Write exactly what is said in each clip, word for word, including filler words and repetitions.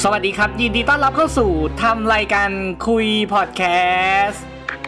สวัสดีครับยินดีต้อนรับเข้าสู่ทำรายการคุยพอดแคสต์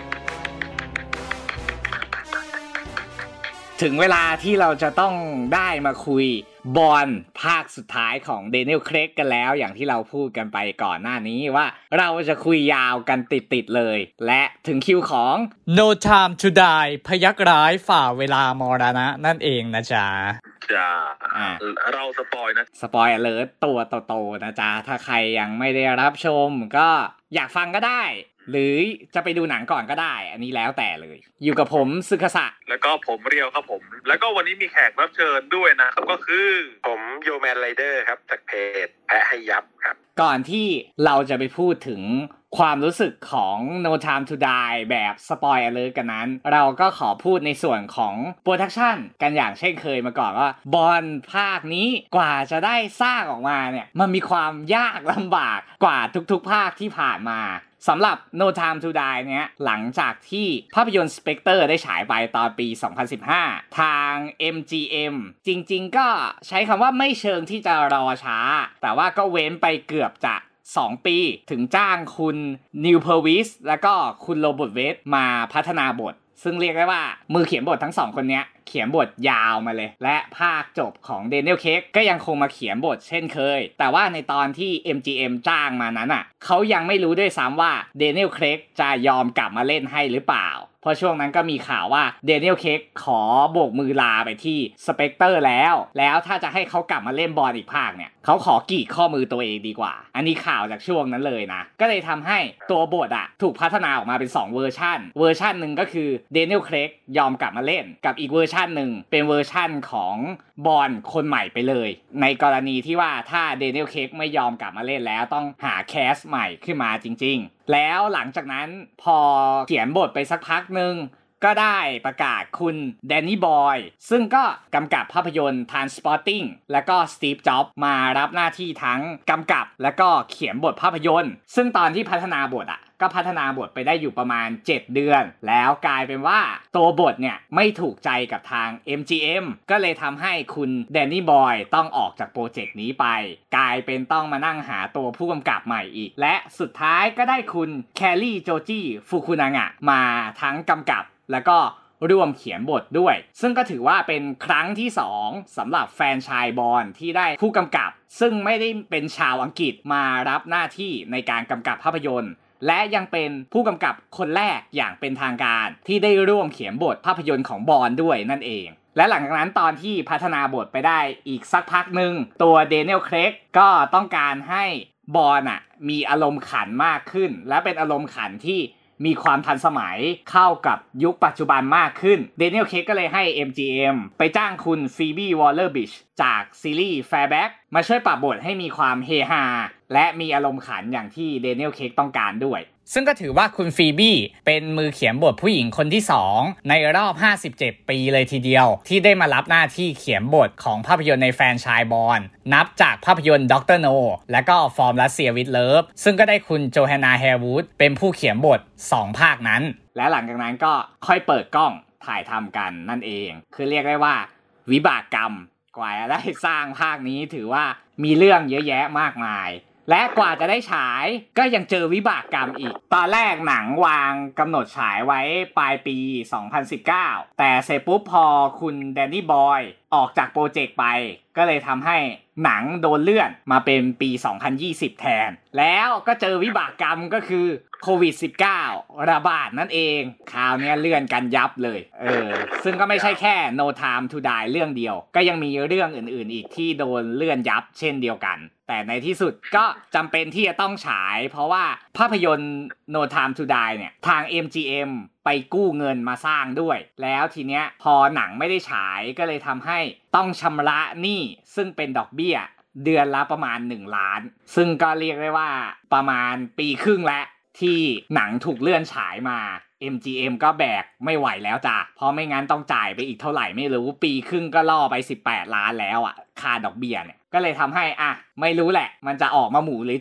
ถึงเวลาที่เราจะต้องได้มาคุยบอนภาคสุดท้ายของ Daniel Craig กันแล้วอย่างที่เราพูดกันไปก่อนหน้านี้ว่าเราจะคุยยาวกันติดๆเลยและถึงคิวของ No Time to Die พยักร้ายฝ่าเวลามรณะนั่นเองนะจ๊ะจ้าเราสปอยนะสปอยอเลิร์ตตัวโตๆนะจ๊ะถ้าใครยังไม่ได้รับชมก็อยากฟังก็ได้หรือจะไปดูหนังก่อนก็ได้อันนี้แล้วแต่เลยอยู่กับผมซึคาสะแล้วก็ผมเรียวครับผมแล้วก็วันนี้มีแขกรับเชิญด้วยนะครับก็คือผมโยแมนไรเดอร์ครับจากเพจแพะให้ยับครับก่อนที่เราจะไปพูดถึงความรู้สึกของ No Time to Die แบบสปอยล์เลยกันนั้นเราก็ขอพูดในส่วนของโปรดักชันกันอย่างเช่นเคยมาก่อนว่าบอนภาคนี้กว่าจะได้สร้างออกมาเนี่ยมันมีความยากลำบากกว่าทุกๆภาคที่ผ่านมาสำหรับ No Time to Die เนี้ยหลังจากที่ภาพยนตร์ Spectre ได้ฉายไปตอนปี สองพันสิบห้า ทาง เอ็ม จี เอ็ม จริงๆก็ใช้คำว่าไม่เชิงที่จะรอช้าแต่ว่าก็เว้นไปเกือบจะสองปีถึงจ้างคุณนิวเพอร์วิสแล้วก็คุณโรเบิร์ตเวสมาพัฒนาบทซึ่งเรียกได้ว่ามือเขียนบททั้งสองคนเนี้ยเขียนบทยาวมาเลยและภาคจบของ Daniel Craig ก็ยังคงมาเขียนบทเช่นเคยแต่ว่าในตอนที่ เอ็ม จี เอ็ม จ้างมานั้นอ่ะเขายังไม่รู้ด้วยซ้ำว่า Daniel Craig จะยอมกลับมาเล่นให้หรือเปล่าเพราะช่วงนั้นก็มีข่าวว่า Daniel Craig ขอโบกมือลาไปที่ Spectre แล้วแล้วถ้าจะให้เขากลับมาเล่นบอลอีกภาคเนี่ยเขาขอกรีดข้อมือตัวเองดีกว่าอันนี้ข่าวจากช่วงนั้นเลยนะก็เลยทำให้ตัวบทอ่ะถูกพัฒนาออกมาเป็นสองเวอร์ชันเวอร์ชันหนึ่งก็คือ Daniel Craig ยอมกลับมาเล่นกับอีกเวอร์ชันหนึ่งเป็นเวอร์ชันของบอนคนใหม่ไปเลยในกรณีที่ว่าถ้า Daniel Craig ไม่ยอมกลับมาเล่นแล้วต้องหาแคสใหม่ขึ้นมาจริงๆแล้วหลังจากนั้นพอเขียนบทไปสักพักนึงก็ได้ประกาศคุณแดนนี่บอยซึ่งก็กำกับภาพยนตร์ Transporting แล้วก็ Steve Jobs มารับหน้าที่ทั้งกำกับแล้วก็เขียนบทภาพยนตร์ซึ่งตอนที่พัฒนาบทอ่ะก็พัฒนาบทไปได้อยู่ประมาณเจ็ดเดือนแล้วกลายเป็นว่าตัวบทเนี่ยไม่ถูกใจกับทาง เอ็ม จี เอ็ม ก็เลยทำให้คุณแดนนี่บอยต้องออกจากโปรเจกต์นี้ไปกลายเป็นต้องมานั่งหาตัวผู้กำกับใหม่อีกและสุดท้ายก็ได้คุณแคลรี่โจจิฟุคุนางะมาทั้งกำกับแล้วก็ร่วมเขียนบทด้วยซึ่งก็ถือว่าเป็นครั้งที่สองสำหรับแฟนชายบอนที่ได้ผู้กำกับซึ่งไม่ได้เป็นชาวอังกฤษมารับหน้าที่ในการกำกับภาพยนตร์และยังเป็นผู้กำกับคนแรกอย่างเป็นทางการที่ได้ร่วมเขียนบทภาพยนตร์ของบอนด้วยนั่นเองและหลังจากนั้นตอนที่พัฒนาบทไปได้อีกสักพักหนึ่งตัว Daniel Craig ก็ต้องการให้บอนอ่ะมีอารมณ์ขันมากขึ้นและเป็นอารมณ์ขันที่มีความทันสมัยเข้ากับยุคปัจจุบันมากขึ้น Daniel Craig ก็เลยให้ เอ็ม จี เอ็ม ไปจ้างคุณฟีบี้วอลเลอร์บิชจากซีรีส์ Fairback มาช่วยปรับบทให้มีความเฮฮาและมีอารมณ์ขันอย่างที่ Daniel Craig ต้องการด้วยซึ่งก็ถือว่าคุณฟีบี้เป็นมือเขียนบทผู้หญิงคนที่สองในรอบห้าสิบเจ็ดปีเลยทีเดียวที่ได้มารับหน้าที่เขียนบทของภาพยนตร์ในแฟรนไชส์บอนด์นับจากภาพยนตร์ด็อกเตอร์โนและก็ฟอร์มรัสเซียวิดเลิฟซึ่งก็ได้คุณโจแฮนนาแฮร์วูดเป็นผู้เขียนบทสองภาคนั้นและหลังจากนั้นก็ค่อยเปิดกล้องถ่ายทำกันนั่นเองคือเรียกได้ว่าวิบากกรรมกว่าจะได้สร้างภาคนี้ถือว่ามีเรื่องเยอะแยะมากมายและกว่าจะได้ฉายก็ยังเจอวิบากกรรมอีกตอนแรกหนังวางกำหนดฉายไว้ปลายปีสองพันสิบเก้าแต่เสร็จปุ๊บพอคุณแดนนี่บอยออกจากโปรเจกต์ไปก็เลยทำให้หนังโดนเลื่อนมาเป็นปีสองพันยี่สิบแทนแล้วก็เจอวิบากกรรมก็คือโควิด สิบเก้า ระบาดนั่นเองคราวนี้เลื่อนกันยับเลยเออซึ่งก็ไม่ใช่แค่ No Time to Die เรื่องเดียวก็ยังมีเรื่องอื่นๆอีกที่โดนเลื่อนยับเช่นเดียวกันแต่ในที่สุดก็จำเป็นที่จะต้องฉายเพราะว่าภาพยนตร์ No Time to Die เนี่ยทาง เอ็ม จี เอ็ม ไปกู้เงินมาสร้างด้วยแล้วทีเนี้ยพอหนังไม่ได้ฉายก็เลยทำให้ต้องชำระหนี้ซึ่งเป็นดอกเบี้ยเดือนละประมาณหนึ่งล้านซึ่งก็เรียกได้ว่าประมาณปีครึ่งแล้วที่หนังถูกเลื่อนฉายมา เอ็ม จี เอ็ม ก็แบกไม่ไหวแล้วจ้ะเพราะไม่งั้นต้องจ่ายไปอีกเท่าไหร่ไม่รู้ปีครึ่งก็ล่อไปสิบแปดล้านแล้วอ่ะค่าดอกเบี้ยเนี่ยก็เลยทำให้อ่ะไม่รู้แหละมันจะออกมาหมูหรือจ่า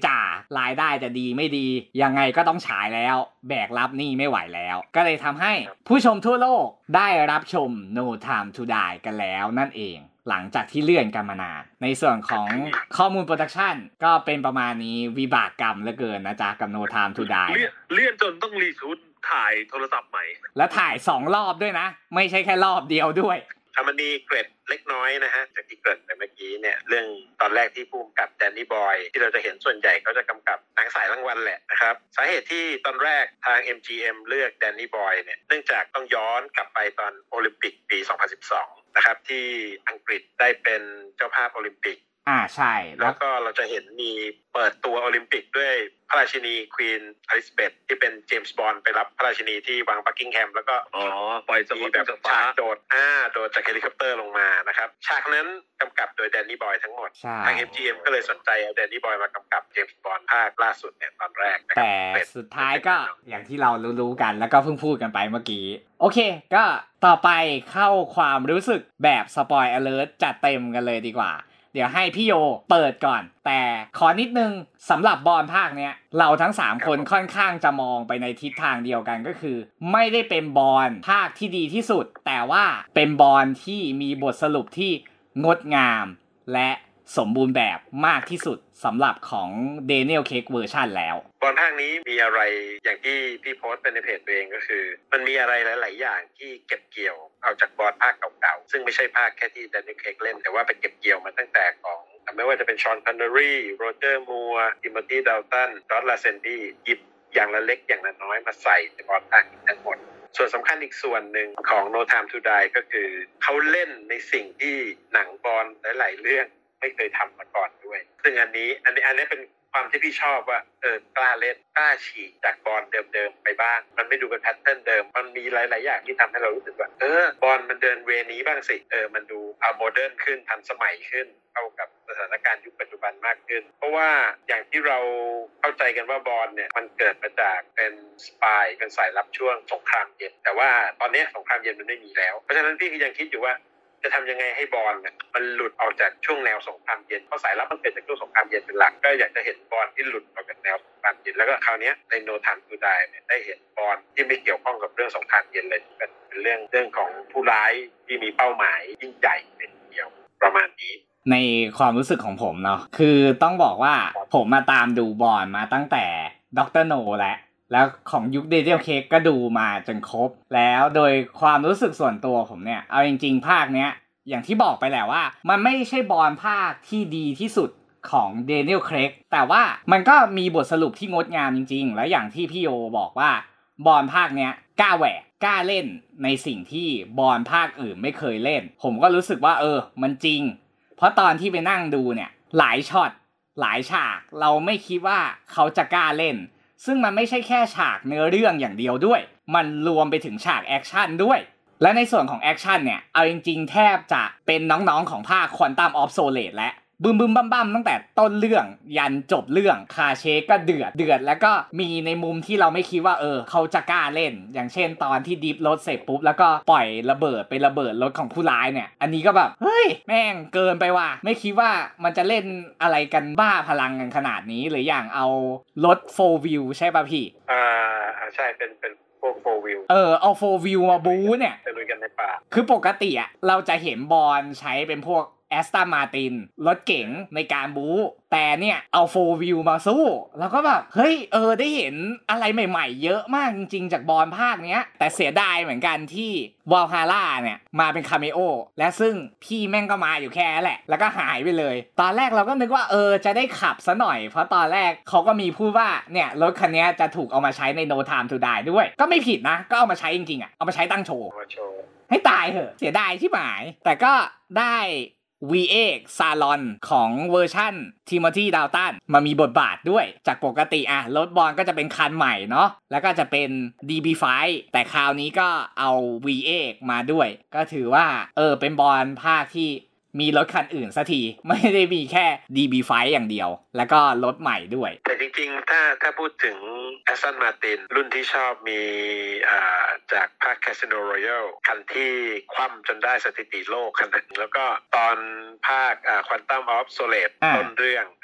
รายได้จะดีไม่ดียังไงก็ต้องฉายแล้วแบกรับหนี้ไม่ไหวแล้วก็เลยทำให้ผู้ชมทั่วโลกได้รับชม No Time to Die กันแล้วนั่นเองหลังจากที่เลื่อนกันมานานในส่วนของข้อมูลโปรดักชันก็เป็นประมาณนี้วิบากกรรมเหลือเกินนะจ๊ะกับ No Time to Die เลื่อนเลื่อนจนต้องรีชูตถ่ายโทรศัพท์ใหม่และถ่ายสองรอบด้วยนะไม่ใช่แค่รอบเดียวด้วยถ้ามันมีเกร็ดเล็กน้อยนะฮะจากที่เกริ่นไปเมื่อกี้เนี่ยเรื่องตอนแรกที่ผู้กำกับแดนนี่บอยที่เราจะเห็นส่วนใหญ่เขาจะกำกับหนังสายรางวัลแหละนะครับสาเหตุที่ตอนแรกทาง เอ็ม จี เอ็ม เลือกแดนนี่บอยเนี่ยเนื่องจากต้องย้อนกลับไปตอนโอลิมปิกปีสองพันสิบสองนะครับที่อังกฤษได้เป็นเจ้าภาพโอลิมปิกอ่าใช่แล้วก็เราจะเห็นมีเปิดตัวโอลิมปิกด้วยพระราชินีควีนอลิซาเบธที่เป็นเจมส์บอนด์ไปรับพระราชินีที่วังบักกิงแฮมแล้วก็อ๋อปล่อยสมุดแบบฉากโดดอ่าโดดจากเฮลิคอปเตอร์ลงมานะครับฉากนั้นกำกับโดยแดนนี่บอยทั้งหมดทาง เอ็ม จี เอ็ม ก็เลยสนใจเอาแดนนี่บอยมากำกับเจมส์บอนด์ภาคล่าสุดเนี่ยตอนแรกแต่สุดท้ายก็อย่างที่เรารู้ๆกันแล้วก็เพิ่งพูดกันไปเมื่อกี้โอเคก็ต่อไปเข้าความรู้สึกแบบสปอยล์อเลิร์ทจัดเต็มกันเลยดีกว่าเดี๋ยวให้พี่โยเปิดก่อนแต่ขอนิดนึงสำหรับบอลภาคเนี้ยเราทั้งสามคนค่อนข้างจะมองไปในทิศทางเดียวกันก็คือไม่ได้เป็นบอลภาคที่ดีที่สุดแต่ว่าเป็นบอลที่มีบทสรุปที่งดงามและสมบูรณ์แบบมากที่สุดสำหรับของ Daniel Craig เวอร์ชันแล้วบอลภาคนี้มีอะไรอย่างที่พี่โพสต์เป็นในเพจตัวเองก็คือมันมีอะไรหลายๆอย่างที่เก็บเกี่ยวเอาจากบอลภาคเก่าๆซึ่งไม่ใช่ภาคแค่ที่ Daniel Craig เล่นแต่ว่าเป็นเก็บเกี่ยวมาตั้งแต่ของไม่ว่าจะเป็นชอนคอนเนอรี่โรเจอร์มัวร์ทิโมธีดัลตันจอร์จลาเซนดี้หยิบอย่างละเล็กอย่างละน้อยมาใส่ในบอลภาคทั้งหมดส่วนสำคัญอีกส่วนหนึ่งของ No Time to Die ก็คือเขาเล่นในสิ่งที่หนังบอลหลายๆเรื่องไม่เคยทำมาก่อนด้วยซึ่งอันนี้อันนี้อันนี้เป็นความที่พี่ชอบว่าเออกล้าเล่นกล้าฉีกจากบอลเดิมๆไปบ้างมันไม่ดูเป็นแพทเทิร์นเดิมมันมีหลายๆอย่างที่ทำให้เรารู้สึกว่าเออบอลมันเดินเวนี้บ้างสิเออมันดูเอาโมเดิร์นขึ้นทันสมัยขึ้นเข้ากับสถานการณ์ยุคปัจจุบันมากขึ้นเพราะว่าอย่างที่เราเข้าใจกันว่าบอลเนี่ยมันเกิดมาจากเป็นสปายเป็นสายลับช่วงสงครามเย็นแต่ว่าตอนนี้สงครามเย็นมันไม่มีแล้วเพราะฉะนั้นพี่ยังคิดอยู่ว่าจะทำยังไงให้บอลเนี่ยมันหลุดออกจากช่วงแนวสงครามเย็นเพราะสายลับมันเกิดจากช่วงสงครามเย็นเป็นหลักก็อยากจะเห็นบอลที่หลุดออกจากแนวสงครามเย็นแล้วก็คราวนี้ใน No Time to Die เนี่ยได้เห็นบอลที่ไม่เกี่ยวข้องกับเรื่องสงครามเย็นเลยเป็นเป็นเรื่องเรื่องของผู้ร้ายที่มีเป้าหมายยิ่งใหญ่เป็นเดียวประมาณนี้ในความรู้สึกของผมเนาะคือต้องบอกว่าผมมาตามดูบอลมาตั้งแต่ด็อกเตอร์โนและแล้วของยุค Daniel Craig ก็ดูมาจนครบแล้วโดยความรู้สึกส่วนตัวผมเนี่ยเอาจริงๆภาคเนี้ยอย่างที่บอกไปแหละว่ามันไม่ใช่บอลภาคที่ดีที่สุดของ Daniel Craig แต่ว่ามันก็มีบทสรุปที่งดงามจริงๆแล้วอย่างที่พี่โยบอกว่าบอลภาคเนี้ยกล้าแหวกกล้าเล่นในสิ่งที่บอลภาคอื่นไม่เคยเล่นผมก็รู้สึกว่าเออมันจริงเพราะตอนที่ไปนั่งดูเนี่ยหลายช็อตหลายฉากเราไม่คิดว่าเขาจะกล้าเล่นซึ่งมันไม่ใช่แค่ฉากเนื้อเรื่องอย่างเดียวด้วยมันรวมไปถึงฉากแอคชั่นด้วยและในส่วนของแอคชั่นเนี่ยเอาจริงๆแทบจะเป็นน้องๆของภาค Quantum of Solace และบึมบึมบั้มบั้มตั้งแต่ต้นเรื่องยันจบเรื่องคาเชก็เดือดเดือดแล้วก็มีในมุมที่เราไม่คิดว่าเออเขาจะกล้าเล่นอย่างเช่นตอนที่ดิฟรถเสร็จปุ๊บแล้วก็ปล่อยระเบิดไประเบิดรถของผู้ร้ายเนี่ยอันนี้ก็แบบเฮ้ยแม่งเกินไปว่ะไม่คิดว่ามันจะเล่นอะไรกันบ้าพลังกันขนาดนี้หรืออย่างเอารถ โฟร์ wheel ใช่ป่ะพี่อ่าใช่เป็นเป็นโฟร์ wheel เออเอา โฟร์ wheel มาบู๊เนี่ยไปลุยกันในป่าคือปกติอ่ะเราจะเห็นบอลใช้เป็นพวกแอสตันมาร์ตินรถเก๋งในการบู๊แต่เนี่ยเอา โฟร์ wheel มาสู้แล้วก็แบบเฮ้ยเออได้เห็นอะไรใหม่ๆเยอะมากจริงๆจากบอลภาคเนี้ยแต่เสียดายเหมือนกันที่วอลฮาร่าเนี่ยมาเป็นคาเมโอและซึ่งพี่แม่งก็มาอยู่แค่แหละแล้วก็หายไปเลยตอนแรกเราก็นึกว่าเออจะได้ขับซะหน่อยเพราะตอนแรกเขาก็มีพูดว่าเนี่ยรถคันนี้จะถูกเอามาใช้ใน No Time to Die ด้วยก็ไม่ผิดนะก็เอามาใช้จริงๆอ่ะเอามาใช้ตั้งโชว์ให้ตายเถอะเสียดายที่หมายแต่ก็ได้ วี เอ็กซ์ ซาลอนของเวอร์ชั่นทิโมธีดัลตันมามีบทบาทด้วยจากปกติอ่ะรถบอลก็จะเป็นคันใหม่เนาะแล้วก็จะเป็น ดี บี ไฟว์ แต่คราวนี้ก็เอา วี เอ็กซ์ มาด้วยก็ถือว่าเออเป็นบอลภาคที่มีรถคันอื่นสักทีไม่ได้มีแค่ ดี บี ไฟว์ อย่างเดียวแล้วก็รถใหม่ด้วยแต่จริงๆถ้าถ้าพูดถึง Aston Martin รุ่นที่ชอบมีอ่าจากภาค Casino Royale คันที่คว่ำจนได้สถิติโลกคันนึงแล้วก็ตอนภาคอ่า Quantum of Solace ต้นเรื่อง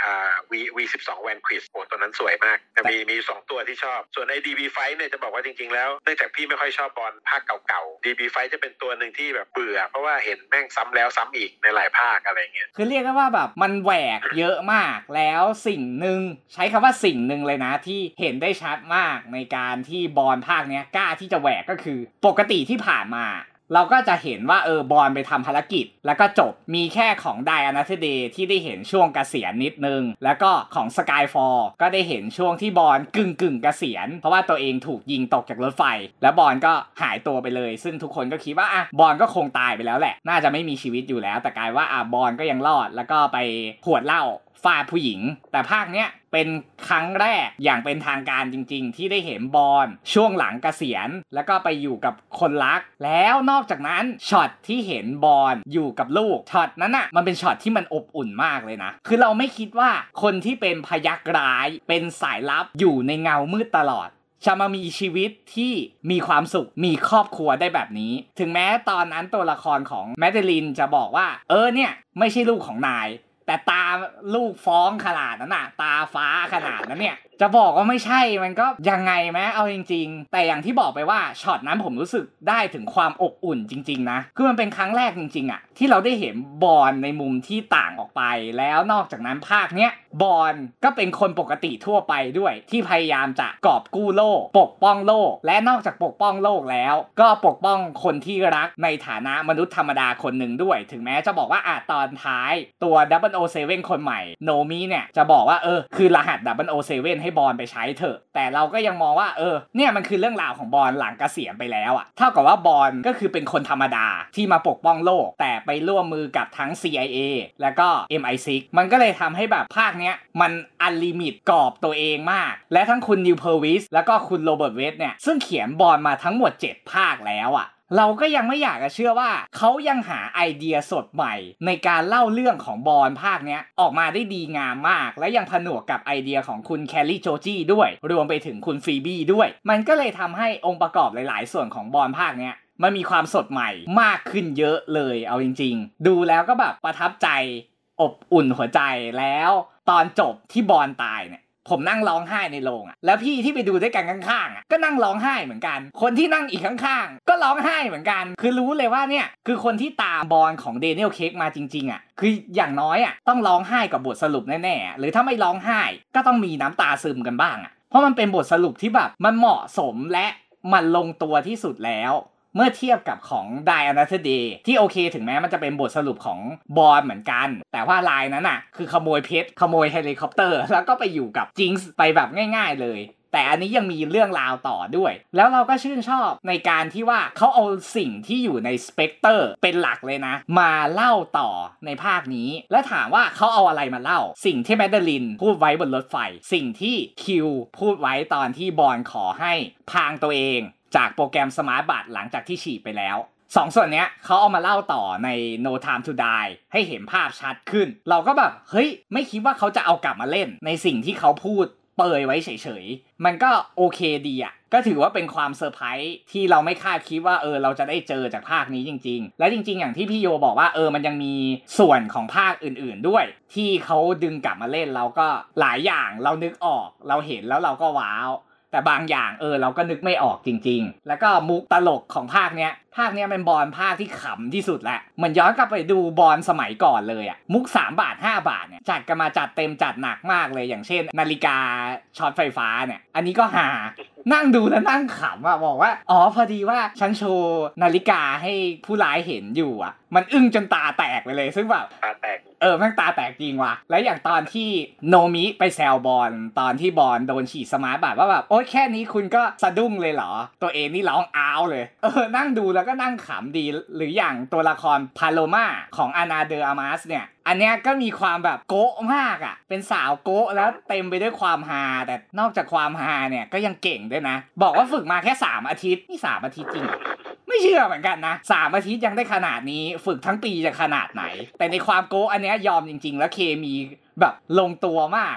อ่า V วี สิบสอง Vanquish โอ้ตัวนั้นสวยมากแต่มีมีสองตัวที่ชอบส่วนไอ้ ดี บี Fight เนี่ยจะบอกว่าจริงๆแล้วเนื่องจากพี่ไม่ค่อยชอบบอลภาคเก่าๆ ดี บี Fight จะเป็นตัวหนึ่งที่แบบเบื่อเพราะว่าเห็นแม่งซ้ำแล้วซ้ำอีกในหลายภาคอะไรเงี้ยคือเรียกได้ว่าแบบมันแหวกเยอะมากแล้วสิ่งหนึ่งใช้คำว่าสิ่งหนึ่งเลยนะที่เห็นได้ชัดมากในการที่บอลภาคเนี้ยกล้าที่จะแหวกก็คือปกติที่ผ่านมาเราก็จะเห็นว่าเออบอลไปทำภารกิจแล้วก็จบมีแค่ของ Die Another Day ที่ได้เห็นช่วงเกษียณนิดนึงแล้วก็ของ Skyfall ก็ได้เห็นช่วงที่บอลกึ่งกึ่งเกษียณเพราะว่าตัวเองถูกยิงตกจากรถไฟแล้วบอลก็หายตัวไปเลยซึ่งทุกคนก็คิดว่าอ่ะบอลก็คงตายไปแล้วแหละน่าจะไม่มีชีวิตอยู่แล้วแต่กลายว่าอ่ะบอลก็ยังรอดแล้วก็ไปขวดเหล้าฟาดผู้หญิงแต่ภาคเนี้ยเป็นครั้งแรกอย่างเป็นทางการจริงๆที่ได้เห็นบอลช่วงหลังเกษียณแล้วก็ไปอยู่กับคนรักแล้วนอกจากนั้นช็อตที่เห็นบอลอยู่กับลูกช็อตนั้นน่ะมันเป็นช็อตที่มันอบอุ่นมากเลยนะคือเราไม่คิดว่าคนที่เป็นพยัคฆ์ร้ายเป็นสายลับอยู่ในเงามืดตลอดจะมามีชีวิตที่มีความสุขมีครอบครัวได้แบบนี้ถึงแม้ตอนนั้นตัวละครของแมดเดลินจะบอกว่าเออเนี่ยไม่ใช่ลูกของนายแต่ตาลูกฟ้องขนาดนั้นน่ะตาฟ้าขนาดนั้นเนี่ยจะบอกว่าไม่ใช่มันก็ยังไงแม้เอาจริงๆแต่อย่างที่บอกไปว่าช็อตนั้นผมรู้สึกได้ถึงความอบอุ่นจริงๆนะคือมันเป็นครั้งแรกจริงๆอ่ะที่เราได้เห็นบอลในมุมที่ต่างออกไปแล้วนอกจากนั้นภาคเนี้ยบอลก็เป็นคนปกติทั่วไปด้วยที่พยายามจะกอบกู้โลกปกป้องโลกและนอกจากปกป้องโลกแล้วก็ปกป้องคนที่รักในฐานะมนุษย์ธรรมดาคนหนึ่งด้วยถึงแม้จะบอกว่าอ่ะตอนท้ายตัว ดับเบิลโอ เซเว่น คนใหม่โนมิเนี่ยจะบอกว่าเออคือรหัส ดับเบิลโอ เซเว่น ให้บอลไปใช้เถอะแต่เราก็ยังมองว่าเออเนี่ยมันคือเรื่องราวของบอลหลังเกษียณไปแล้วอ่ะเท่ากับว่าบอลก็คือเป็นคนธรรมดาที่มาปกป้องโลกแต่ไปร่วมมือกับทั้ง ซี ไอ เอ แล้วก็ เอ็ม ไอ ซิกซ์ มันก็เลยทำให้แบบภาคเนี้ยมันอันลิมิตกรอบตัวเองมากและทั้งคุณนิวเพอร์วิสแล้วก็คุณโรเบิร์ตเวสเนี่ยซึ่งเขียนบอลมาทั้งหมดเจ็ดภาคแล้วอ่ะเราก็ยังไม่อยากจะเชื่อว่าเขายังหาไอเดียสดใหม่ในการเล่าเรื่องของบอลภาคเนี้ยออกมาได้ดีงามมากและยังผนวกกับไอเดียของคุณแคลรี่โจจี้ด้วยรวมไปถึงคุณฟีบี้ด้วยมันก็เลยทำให้องค์ประกอบหลายๆส่วนของบอลภาคเนี้ยมันมีความสดใหม่มากขึ้นเยอะเลยเอาจริงๆดูแล้วก็แบบประทับใจอบอุ่นหัวใจแล้วตอนจบที่บอลตายเนี่ยผมนั่งร้องไห้ในโรงอ่ะแล้วพี่ที่ไปดูด้วยกันข้างๆอ่ะก็นั่งร้องไห้เหมือนกันคนที่นั่งอีกข้างๆก็ร้องไห้เหมือนกันคือรู้เลยว่าเนี่ยคือคนที่ตามบอลของเดนิเอล เครกมาจริงๆอ่ะคืออย่างน้อยอ่ะต้องร้องไห้กับบทสรุปแน่ๆหรือถ้าไม่ร้องไห้ก็ต้องมีน้ำตาซึมกันบ้างอ่ะเพราะมันเป็นบทสรุปที่แบบมันเหมาะสมและมันลงตัวที่สุดแล้วเมื่อเทียบกับของ Die Another Day ที่โอเคถึงแม้มันจะเป็นบทสรุปของบอลเหมือนกันแต่ว่าลายนั้นน่ะคือขโมยเพชรขโมยเฮลิคอปเตอร์แล้วก็ไปอยู่กับจิงส์ไปแบบง่ายๆเลยแต่อันนี้ยังมีเรื่องราวต่อด้วยแล้วเราก็ชื่นชอบในการที่ว่าเขาเอาสิ่งที่อยู่ในสเปกเตอร์เป็นหลักเลยนะมาเล่าต่อในภาคนี้และถามว่าเขาเอาอะไรมาเล่าสิ่งที่แมดเดลินพูดไว้บนรถไฟสิ่งที่คิวพูดไว้ตอนที่บอลขอให้พรางตัวเองจากโปรแกรมสมาร์ทบัตหลังจากที่ฉีดไปแล้วสองส่วนเนี้ยเขาเอามาเล่าต่อใน No Time to Die ให้เห็นภาพชัดขึ้นเราก็แบบเฮ้ยไม่คิดว่าเขาจะเอากลับมาเล่นในสิ่งที่เขาพูดเปรยไว้เฉยๆมันก็โอเคดีอ่ะก็ถือว่าเป็นความเซอร์ไพรส์ที่เราไม่คาดคิดว่าเออเราจะได้เจอจากภาคนี้จริงๆและจริงๆอย่างที่พี่โยบอกว่าเออมันยังมีส่วนของภาคอื่นๆด้วยที่เขาดึงกลับมาเล่นเราก็หลายอย่างเรานึกออกเราเห็นแล้วเราก็ว้าวแต่บางอย่างเออเราก็นึกไม่ออกจริงๆแล้วก็มุกตลกของภาคเนี้ยภาคเนี้ยเป็นบอลภาคที่ขำที่สุดแหละเหมือนย้อนกลับไปดูบอลสมัยก่อนเลยอ่ะมุกสามบาทห้าบาทเนี่ยจัดกันมาจัดเต็มจัดหนักมากเลยอย่างเช่นนาฬิกาช็อตไฟฟ้าเนี่ยอันนี้ก็หานั่งดูแล้วนั่งขำอ่ะบอกว่าอ๋อพอดีว่าฉันโชว์นาฬิกาให้ผู้ร้ายเห็นอยู่อ่ะมันอึ้งจนตาแตกไปเลยซึ่งแบบตาแตกเออแม่งตาแตกจริงว่ะแล้วอย่างตอนที่โนมิไปแซวบอลตอนที่บอลโดนฉีดสมาร์ทบัตว่าแบบโอ๊ยแค่นี้คุณก็สะดุ้งเลยเหรอตัวเองนี่ร้องอ้าวเลยเออนั่งดูแล้วก็นั่งขำดีหรืออย่างตัวละครพาโลมาของอานาเดออามาสเนี่ยอันเนี้ยก็มีความแบบโก๊ะมากอ่ะเป็นสาวโก๊ะแล้วเต็มไปด้วยความฮาแต่นอกจากความฮาเนี่ยก็ยังเก่งด้วยนะบอกว่าฝึกมาแค่สามอาทิตย์นี่สามอาทิตย์จริงไม่เชื่อเหมือนกันนะสามอาทิตย์ยังได้ขนาดนี้ฝึกทั้งปีจะขนาดไหนแต่ในความโก๊ะอันเนี้ยยอมจริงๆแล้วเคมีแบบลงตัวมากอ่ะ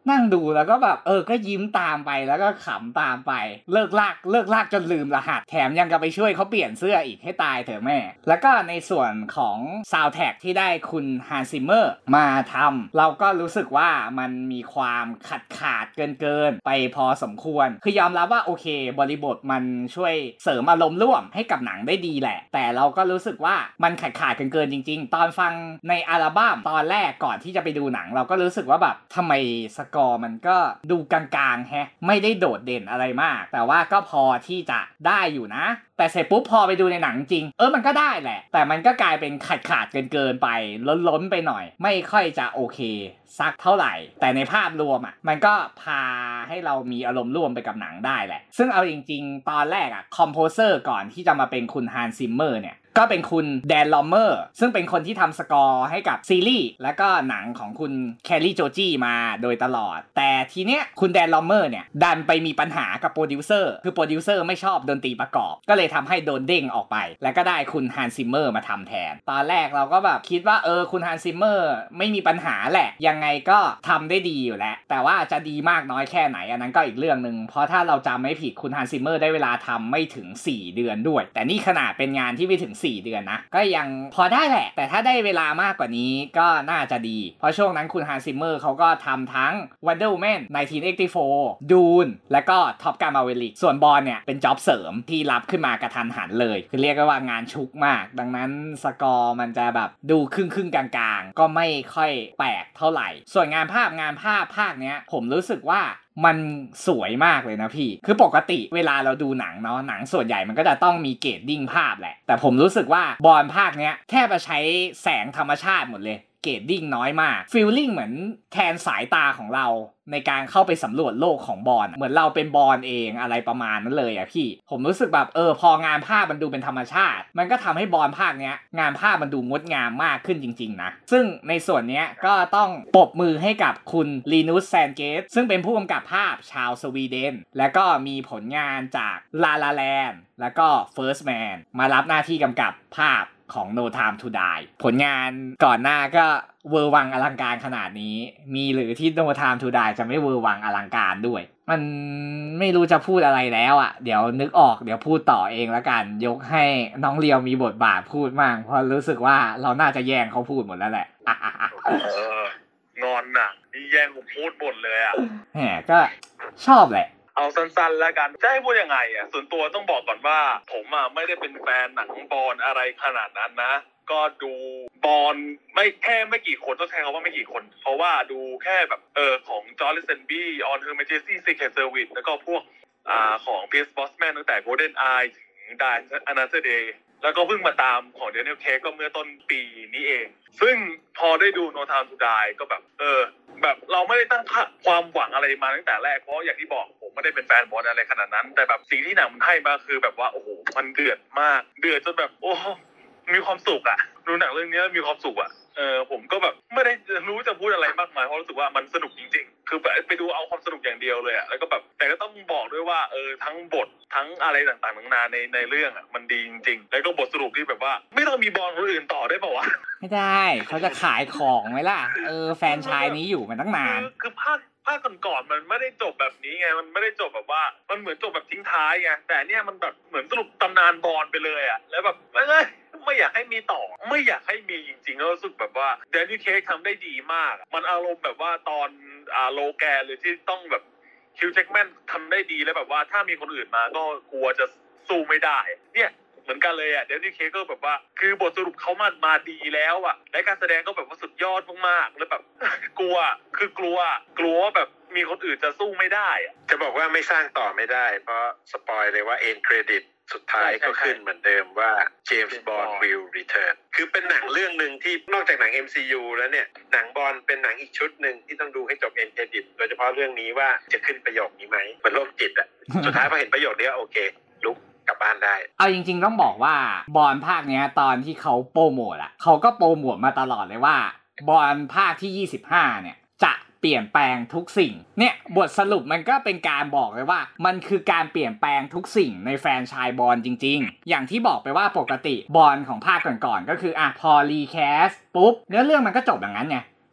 นั่งดูแล้วก็แบบเออก็ยิ้มตามไปแล้วก็ขำตามไปเลิกลากเลิกลากจนลืมรหัสแถมยังก็ไปช่วยเขาเปลี่ยนเสื้ออีกให้ตายเถอะแม่แล้วก็ในส่วนของซาวด์แทร็กที่ได้คุณฮันซิมเมอร์มาทำเราก็รู้สึกว่ามันมีความขาดขาดเกินเกินไปพอสมควรคือยอมรับว่าโอเคบริบทมันช่วยเสริมอารมณ์ร่วมให้กับหนังได้ดีแหละแต่เราก็รู้สึกว่ามันขาดขาดเกินเกินจริงๆตอนฟังในอัลบั้มตอนแรกก่อนที่จะไปดูหนังเราก็รู้สึกว่าแบบทำไมสกอร์มันก็ดูกลางๆแฮะไม่ได้โดดเด่นอะไรมากแต่ว่าก็พอที่จะได้อยู่นะแต่เสร็จปุ๊บพอไปดูในหนังจริงเออมันก็ได้แหละแต่มันก็กลายเป็นขาดขาดเกินเกินไปล้นๆไปหน่อยไม่ค่อยจะโอเคสักเท่าไหร่แต่ในภาพรวมอ่ะมันก็พาให้เรามีอารมณ์ร่วมไปกับหนังได้แหละซึ่งเอาจริงๆตอนแรกอ่ะคอมโพเซอร์ก่อนที่จะมาเป็นคุณฮันซิมเมอร์เนี่ยก็เป็นคุณแดนลอมเมอร์ซึ่งเป็นคนที่ทำสกอร์ให้กับซีรีส์และก็หนังของคุณแคลรี่โจจี้มาโดยตลอดแต่ทีเนี้ยคุณแดนลอมเมอร์เนี่ยดันไปมีปัญหากับโปรดิวเซอร์คือโปรดิวเซอร์ไม่ชอบดนตรีประกอบก็เลยทำให้โดนเด้งออกไปแล้วก็ได้คุณฮันซิมเมอร์มาทำแทนตอนแรกเราก็แบบคิดว่าเออคุณฮันซิมเมอร์ไม่มีปัญหาแหละยังไงก็ทำได้ดีอยู่แล้วแต่ว่าจะดีมากน้อยแค่ไหนอันนั้นก็อีกเรื่องนึงเพราะถ้าเราจำไม่ผิดคุณฮันซิมเมอร์ได้เวลาทำไม่ถึงสี่เดือนด้วยแต่นี่ขนาดเป็นงานที่ไม่ถึงสี่เดือนนะก็ยังพอได้แหละแต่ถ้าได้เวลามากกว่านี้ก็น่าจะดีเพราะช่วงนั้นคุณฮันซิมเมอร์เขาก็ทำทั้ง Wonder Woman หนึ่งพันเก้าร้อยแปดสิบสี่ Dune แล้วก็ Top Gun Maverick ส่วนบอลเนี่ยเป็นจ็อบเสริมที่รับขึ้นมากระทันหันเลยคือเรียกว่างานชุกมากดังนั้นสกอร์มันจะแบบดูครึ่งๆกลางๆก็ไม่ค่อยแปลกเท่าไหร่ส่วนงานภาพงานภาพภาคเนี้ยผมรู้สึกว่ามันสวยมากเลยนะพี่คือปกติเวลาเราดูหนังเนาะหนังส่วนใหญ่มันก็จะต้องมีเกรดดิ้งภาพแหละแต่ผมรู้สึกว่าบอลภาคเนี้ยแทบจะใช้แสงธรรมชาติหมดเลยเกรดดิ้งน้อยมากฟีลลิ่งเหมือนแทนสายตาของเราในการเข้าไปสำรวจโลกของบอลเหมือนเราเป็นบอลเองอะไรประมาณนั้นเลยอะพี่ผมรู้สึกแบบเออพองานภาพมันดูเป็นธรรมชาติมันก็ทำให้บอลภาคเนี้ยงานภาพมันดูงดงามมากขึ้นจริงๆนะซึ่งในส่วนเนี้ยก็ต้องปรบมือให้กับคุณลีนุสแซนเกตซึ่งเป็นผู้กำกับภาพชาวสวีเดนและก็มีผลงานจากลาลาแลนด์แล้วก็ First Man มารับหน้าที่กำกับภาพของ No Time to Die ผลงานก่อนหน้าก็เวอร์วังอลังการขนาดนี้มีหรือที่ No Time to Die จะไม่เวอร์วังอลังการด้วยมันไม่รู้จะพูดอะไรแล้วอ่ะเดี๋ยวนึกออกเดี๋ยวพูดต่อเองละกันยกให้น้องเลียวมีบทบาทพูดมั่งเพราะรู้สึกว่าเราน่าจะแย่งเขาพูดหมดแล้วแหละเออนอนน่ะนี่แย่งผมพูดหมดเลยอ่ะแหมก็ชอบแหละเอาสั้นๆแล้วกันจะให้พูดยังไงอ่ะส่วนตัวต้องบอกก่อนว่าผมอ่ะไม่ได้เป็นแฟนหนังบอลอะไรขนาดนั้นนะก็ดูบอลไม่แค่ไม่กี่คนต้องใช้คำว่าไม่กี่คนเพราะว่าดูแค่แบบเออของจอร์จ เลนบี้ On Her Majesty Secret Service แล้วก็พวกอ่าของ Pierce Brosnan ตั้งแต่ Golden Eye ถึง Die Another Day แล้วก็เพิ่งมาตามของ Daniel Craig ก็เมื่อต้นปีนี้เองซึ่งพอได้ดู No Time to Die ก็แบบเออแบบเราไม่ได้ตั้งความหวังอะไรมาตั้งแต่แรกเพราะอย่างที่บอกผมไม่ได้เป็นแฟนบอลอะไรขนาดนั้นแต่แบบสิ่งที่หนังมันให้มาคือแบบว่าโอ้โหมันเดือดมากเดือดจนแบบโอ้มีความสุขอ่ะดูหนังเรื่องนี้มีความสุขอ่ะเออผมก็แบบไม่ได้รู้จะพูดอะไรมากมายเพราะรู้สึกว่ามันสนุกจริงๆคือไปดูเอาความสนุกอย่างเดียวเลยอ่ะแล้วก็แบบแต่ก็ต้องบอกด้วยว่าเออทั้งบททั้งอะไรต่างๆนานาในในเรื่องอ่ะมันดีจริงๆแล้วก็บทสรุปที่แบบว่าไม่ต้องมีบอลคนอื่นต่อได้ป่าววะไม่ได้เขาจะขายของไหมล่ะเออแฟนชายนี้อยู่มาตั้งนานคือภาคภาคก่อนๆมันไม่ได้จบแบบนี้ไงมันไม่ได้จบแบบว่ามันเหมือนจบแบบทิ้งท้ายไงแต่เนี่ยมันแบบเหมือนสรุปตำนานบอลไปเลยอ่ะแล้วแบบเอ้ยไม่อยากให้มีต่อไม่อยากให้มีจริงๆแล้วรู้สึกแบบว่าแดนนี่เคคทำได้ดีมากมันอารมณ์แบบว่าตอนอ่าโลแกนเลยที่ต้องแบบคิวแจ็คแมนทำได้ดีแล้วแบบว่าถ้ามีคนอื่นมาก็กลัวจะสู้ไม่ได้เนี่ยเหมือนกันเลยอ่ะเดนนี่เคก็แบบว่าคือบทสรุปเขามามาดีแล้วอ่ะและการแสดงก็แบบว่าสุดยอดมากๆแล้วแบบกลัวคือกลัวกลัวว่าแบบมีคนอื่นจะสู้ไม่ได้อ่ะจะบอกว่าไม่สร้างต่อไม่ได้เพราะสปอยเลยว่าเอ็นเครดิตสุดท้ายก็ขึ้นเหมือนเดิมว่า James Bond will return คือเป็นหนังเรื่องนึงที่นอกจากหนัง เอ็ม ซี ยู แล้วเนี่ยหนังบอลเป็นหนังอีกชุดนึงที่ต้องดูให้จบเอ็นเครดิตโดยเฉพาะเรื่องนี้ว่าจะขึ้นประโยคนี้ไหมเหมือนโรคจิตอ่ะ สุดท้ายพอเห็นประโยคนี้โอเคลุกกลับบ้านได้เอาจริงๆต้องบอกว่าบอลภาคเนี้ยตอนที่เขาโปรโมทอ่ะเขาก็โปรโมทมาตลอดเลยว่าบอลภาคที่ยี่สิบห้าเนี่ยจะเปลี่ยนแปลงทุกสิ่งเนี่ยบทสรุปมันก็เป็นการบอกเลยว่ามันคือการเปลี่ยนแปลงทุกสิ่งในแฟรนไชส์บอลจริงๆอย่างที่บอกไปว่าปกติบอลของภาคก่อนๆก็คืออ่ะพอรีแคสปุ๊บเนื้อเรื่องมันก็จบอย่างนั้นไง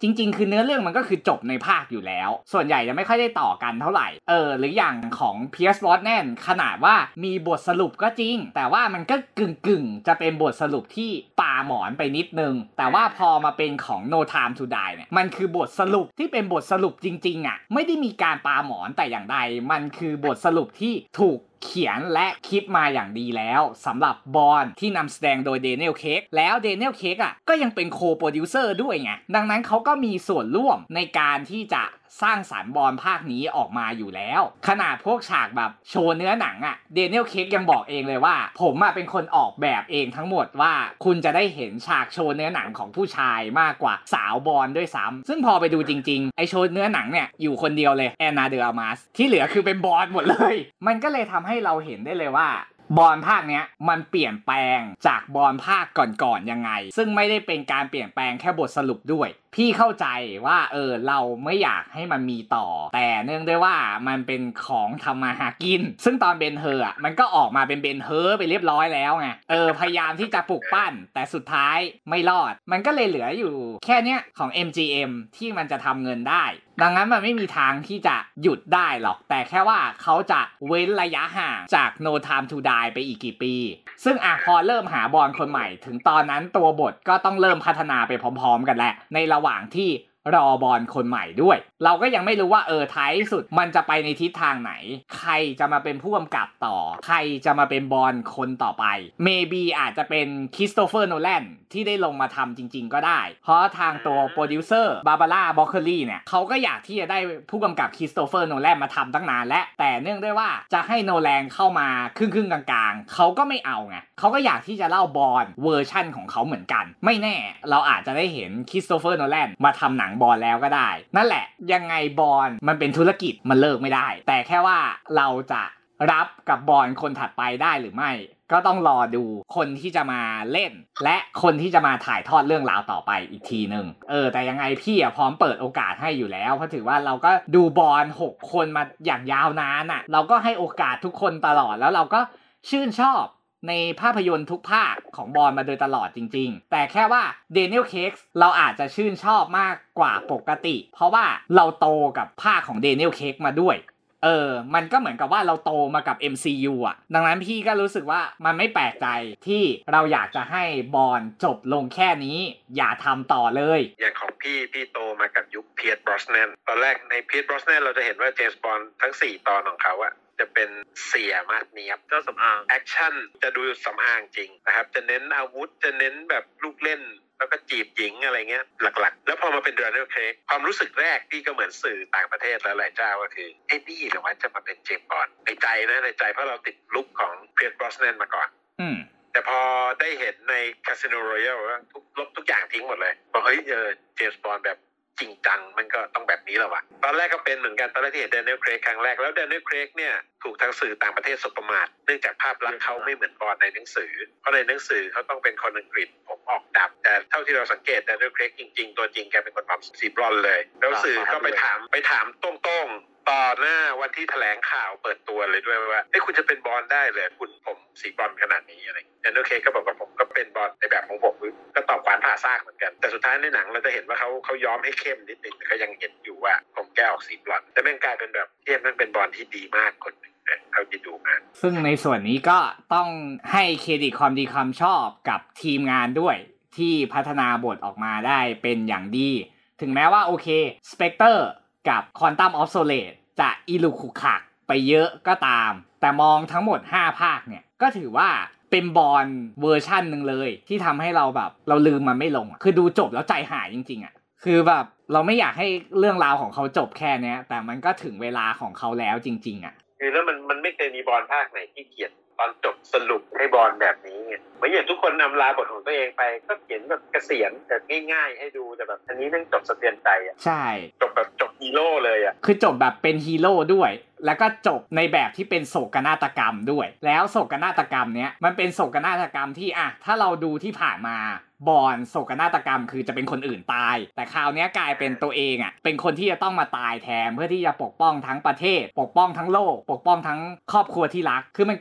จริงๆคือเนื้อเรื่องมันก็คือจบในภาคอยู่แล้วส่วนใหญ่จะไม่ค่อยได้ต่อกันเท่าไหร่เออหรืออย่างของ Pierce Brosnan ขนาดว่ามีบทสรุปก็จริงแต่ว่ามันก็กึ่งๆจะเป็นบทสรุปที่ป่าหมอนไปนิดนึงแต่ว่าพอมาเป็นของ No Time to Die เนี่ยมันคือบทสรุปที่เป็นบทสรุปจริงๆอ่ะไม่ได้มีการปาหมอนแต่อย่างใดมันคือบทสรุปที่ถูกเขียนและคิดมาอย่างดีแล้วสำหรับบอนที่นำแสดงโดยเดเนียล เครกแล้วเดเนียล เครกอ่ะก็ยังเป็นโคโปรดิวเซอร์ด้วยไงดังนั้นเขาก็มีส่วนร่วมในการที่จะสร้างสรรค์บอนภาคนี้ออกมาอยู่แล้วขนาดพวกฉากแบบโชว์เนื้อหนังอ่ะเดเนียล เครกยังบอกเองเลยว่าผมอ่ะเป็นคนออกแบบเองทั้งหมดว่าคุณจะได้เห็นฉากโชว์เนื้อหนังของผู้ชายมากกว่าสาวบอนด้วยซ้ำซึ่งพอไปดูจริงๆไอโชว์เนื้อหนังเนี่ยอยู่คนเดียวเลยแอนนาเดออามาสที่เหลือคือเป็นบอนหมดเลยมันก็เลยทำให้เราเห็นได้เลยว่าบอนภาคเนี้ยมันเปลี่ยนแปลงจากบอนภาคก่อนๆยังไงซึ่งไม่ได้เป็นการเปลี่ยนแปลงแค่บทสรุปด้วยพี่เข้าใจว่าเออเราไม่อยากให้มันมีต่อแต่เนื่องด้วยว่ามันเป็นของทำมาหากินซึ่งตอนเบนเฮอร์อ่ะมันก็ออกมาเป็นเบนเฮอร์ไปเรียบร้อยแล้วไงเออพยายามที่จะปลุกปั้นแต่สุดท้ายไม่รอดมันก็เลยเหลืออยู่แค่เนี้ยของ เอ็ม จี เอ็ม ที่มันจะทำเงินได้ดังนั้นมันไม่มีทางที่จะหยุดได้หรอกแต่แค่ว่าเขาจะเว้นระยะห่างจาก No Time to Die ไปอีกกี่ปีซึ่งอ่ะพอเริ่มหาบอลคนใหม่ถึงตอนนั้นตัวบทก็ต้องเริ่มพัฒนาไปพร้อมๆกันแหละในระหว่างที่รอบอลคนใหม่ด้วยเราก็ยังไม่รู้ว่าเออท้ายสุดมันจะไปในทิศทางไหนใครจะมาเป็นผู้กำกับต่อใครจะมาเป็นบอลคนต่อไป maybe อาจจะเป็นคริสโตเฟอร์โนแลนที่ได้ลงมาทำจริงๆก็ได้เพราะทางตัวโปรดิวเซอร์บาบาร่าบ็อกเคอรี่เนี่ยเขาก็อยากที่จะได้ผู้กำกับคริสโตเฟอร์โนแลนมาทำตั้งนานแล้วแต่เนื่องด้วยว่าจะให้โนแลนเข้ามาครึ่งๆกลางๆเขาก็ไม่เอาไงเขาก็อยากที่จะเล่าบอลเวอร์ชั่นของเขาเหมือนกันไม่แน่เราอาจจะได้เห็นคริสโตเฟอร์โนแลนมาทำหนังบอลแล้วก็ได้นั่นแหละยังไงบอลมันเป็นธุรกิจมันเลิกไม่ได้แต่แค่ว่าเราจะรับกับบอลคนถัดไปได้หรือไม่ก็ต้องรอดูคนที่จะมาเล่นและคนที่จะมาถ่ายทอดเรื่องราวต่อไปอีกทีนึงเออแต่ยังไงพี่อ่ะพร้อมเปิดโอกาสให้อยู่แล้วเพราะถือว่าเราก็ดูบอลหกคนมาอย่างยาวนานอ่ะเราก็ให้โอกาสทุกคนตลอดแล้วเราก็ชื่นชอบในภาพยนตร์ทุกภาคของบอลมาโดยตลอดจริงๆแต่แค่ว่าเดเนียล เครกเราอาจจะชื่นชอบมากกว่าปกติเพราะว่าเราโตกับภาคของเดเนียล เครกมาด้วยเออมันก็เหมือนกับว่าเราโตมากับ เอ็ม ซี ยู อ่ะดังนั้นพี่ก็รู้สึกว่ามันไม่แปลกใจที่เราอยากจะให้บอลจบลงแค่นี้อย่าทำต่อเลยอย่างของพี่พี่โตมากับยุคเพียร์ บรอสแนนตอนแรกในเพียร์ บรอสแนนเราจะเห็นว่าเจมส์บอนด์ทั้งสี่ตอนของเขาอะจะเป็นเสียมาดเนียบเจ้าสำอางแอคชั่นจะดูสำอางจริงนะครับจะเน้นอาวุธจะเน้นแบบลูกเล่นแล้วก็จีบหญิงอะไรเงี้ยหลักๆแล้วพอมาเป็นเดนิเอล เครกความรู้สึกแรกพี่ก็เหมือนสื่อต่างประเทศแล้วหลายเจ้าก็คือไอ้นี่หรือว่าจะมาเป็นเจมส์บอนด์ในใจนะในใจเพราะเราติดลุคของเพียร์ บรอสแนนมาก่อนอืมแต่พอได้เห็นในคาสิโนรอยัลว่าทุกลบทุกอย่างทิ้งหมดเลยบอกเฮ้ยเออเจมส์บอนด์แบบจริงจังมันก็ต้องแบบนี้แหละวะตอนแรกก็เป็นเหมือนกันตอนแรกที่เห็นเดนิเอล เครกครั้งแรกแล้วเดนิเอล เครกเนี่ยถูกทางสื่อต่างประเทศสบประมาทเนื่องจากภาพลักษณ์เขาไม่เหมือนบอนด์ในหนังสือเพราะในหนังสือเขาต้องเป็นคนอังกฤษผมออกดำแต่เท่าที่เราสังเกตเดนิเอล เครกจริงๆตัวจริงแกเป็นคนผมสีบลอนด์เลยแล้วสื่อก็ไปถามไปถามตรงๆต่อหน้าวันที่แถลงข่าวเปิดตัวเลยด้วยว่าเอ้ยคุณจะเป็นบอนด์ได้เลยคุณผมสีบลอนด์ขนาดนี้อะไรเดนิเอล เครกก็บอกว่าผมก็เป็นบอนด์ในแบบของผมก็ตอบขวานผ่าซากเหมือนกันแต่สุดท้ายในหนังเราจะเห็นว่าเขาเขาย้อมให้เข้มนิดนึงแต่ก็ยังเห็นอยู่ว่าผมแก้ออกสีบลอนด์แต่แม่งกลายเป็นแบบเทียบมันเป็นบอนด์ที่ดีมากคนนึงเท่าที่ดูมาซึ่งในส่วนนี้ก็ต้องให้เครดิตความดีความชอบกับทีมงานด้วยที่พัฒนาบทออกมาได้เป็นอย่างดีถึงแม้ว่าโอเค Spectre กับ Quantum Obsolete จะอีลุกขุกขักไปเยอะก็ตามแต่มองทั้งหมดห้าภาคเนี่ยก็ถือว่าเป็นบอลเวอร์ชั่นหนึ่งเลยที่ทำให้เราแบบเราลืมมันไม่ลงคือดูจบแล้วใจหายจริงๆอ่ะคือแบบเราไม่อยากให้เรื่องราวของเขาจบแค่นี้แต่มันก็ถึงเวลาของเขาแล้วจริงๆอ่ะคือแล้วมันมันไม่เคยมีบอลภาคไหนที่เขียนตอนจบสรุปให้บอลแบบนี้ไงเหมือนอย่างทุกคนนำลาบทของตัวเองไปก็เขียนแบบเกษียณแต่ง่ายๆให้ดูแต่แบบอันนี้นั่งจบสะเทือนใจอ่ะใช่จบแบบจบฮีโร่เลยอ่ะคือจบแบบเป็นฮีโร่ด้วยแล้วก็จบในแบบที่เป็นโศกนาฏกรรมด้วยแล้วโศกนาฏกรรมเนี้ยมันเป็นโศกนาฏกรรมที่อ่ะถ้าเราดูที่ผ่านมาบอนโศกนาฏกรรมคือจะเป็นคนอื่นตายแต่คราวนี้กลายเป็นตัวเองอ่ะเป็นคนที่จะต้องมาตายแทนเพื่อที่จะปกป้องทั้งประเทศปกป้องทั้งโลกปกป้องทั้งครอบครัวที่รักคือมันกลายเป็นโศ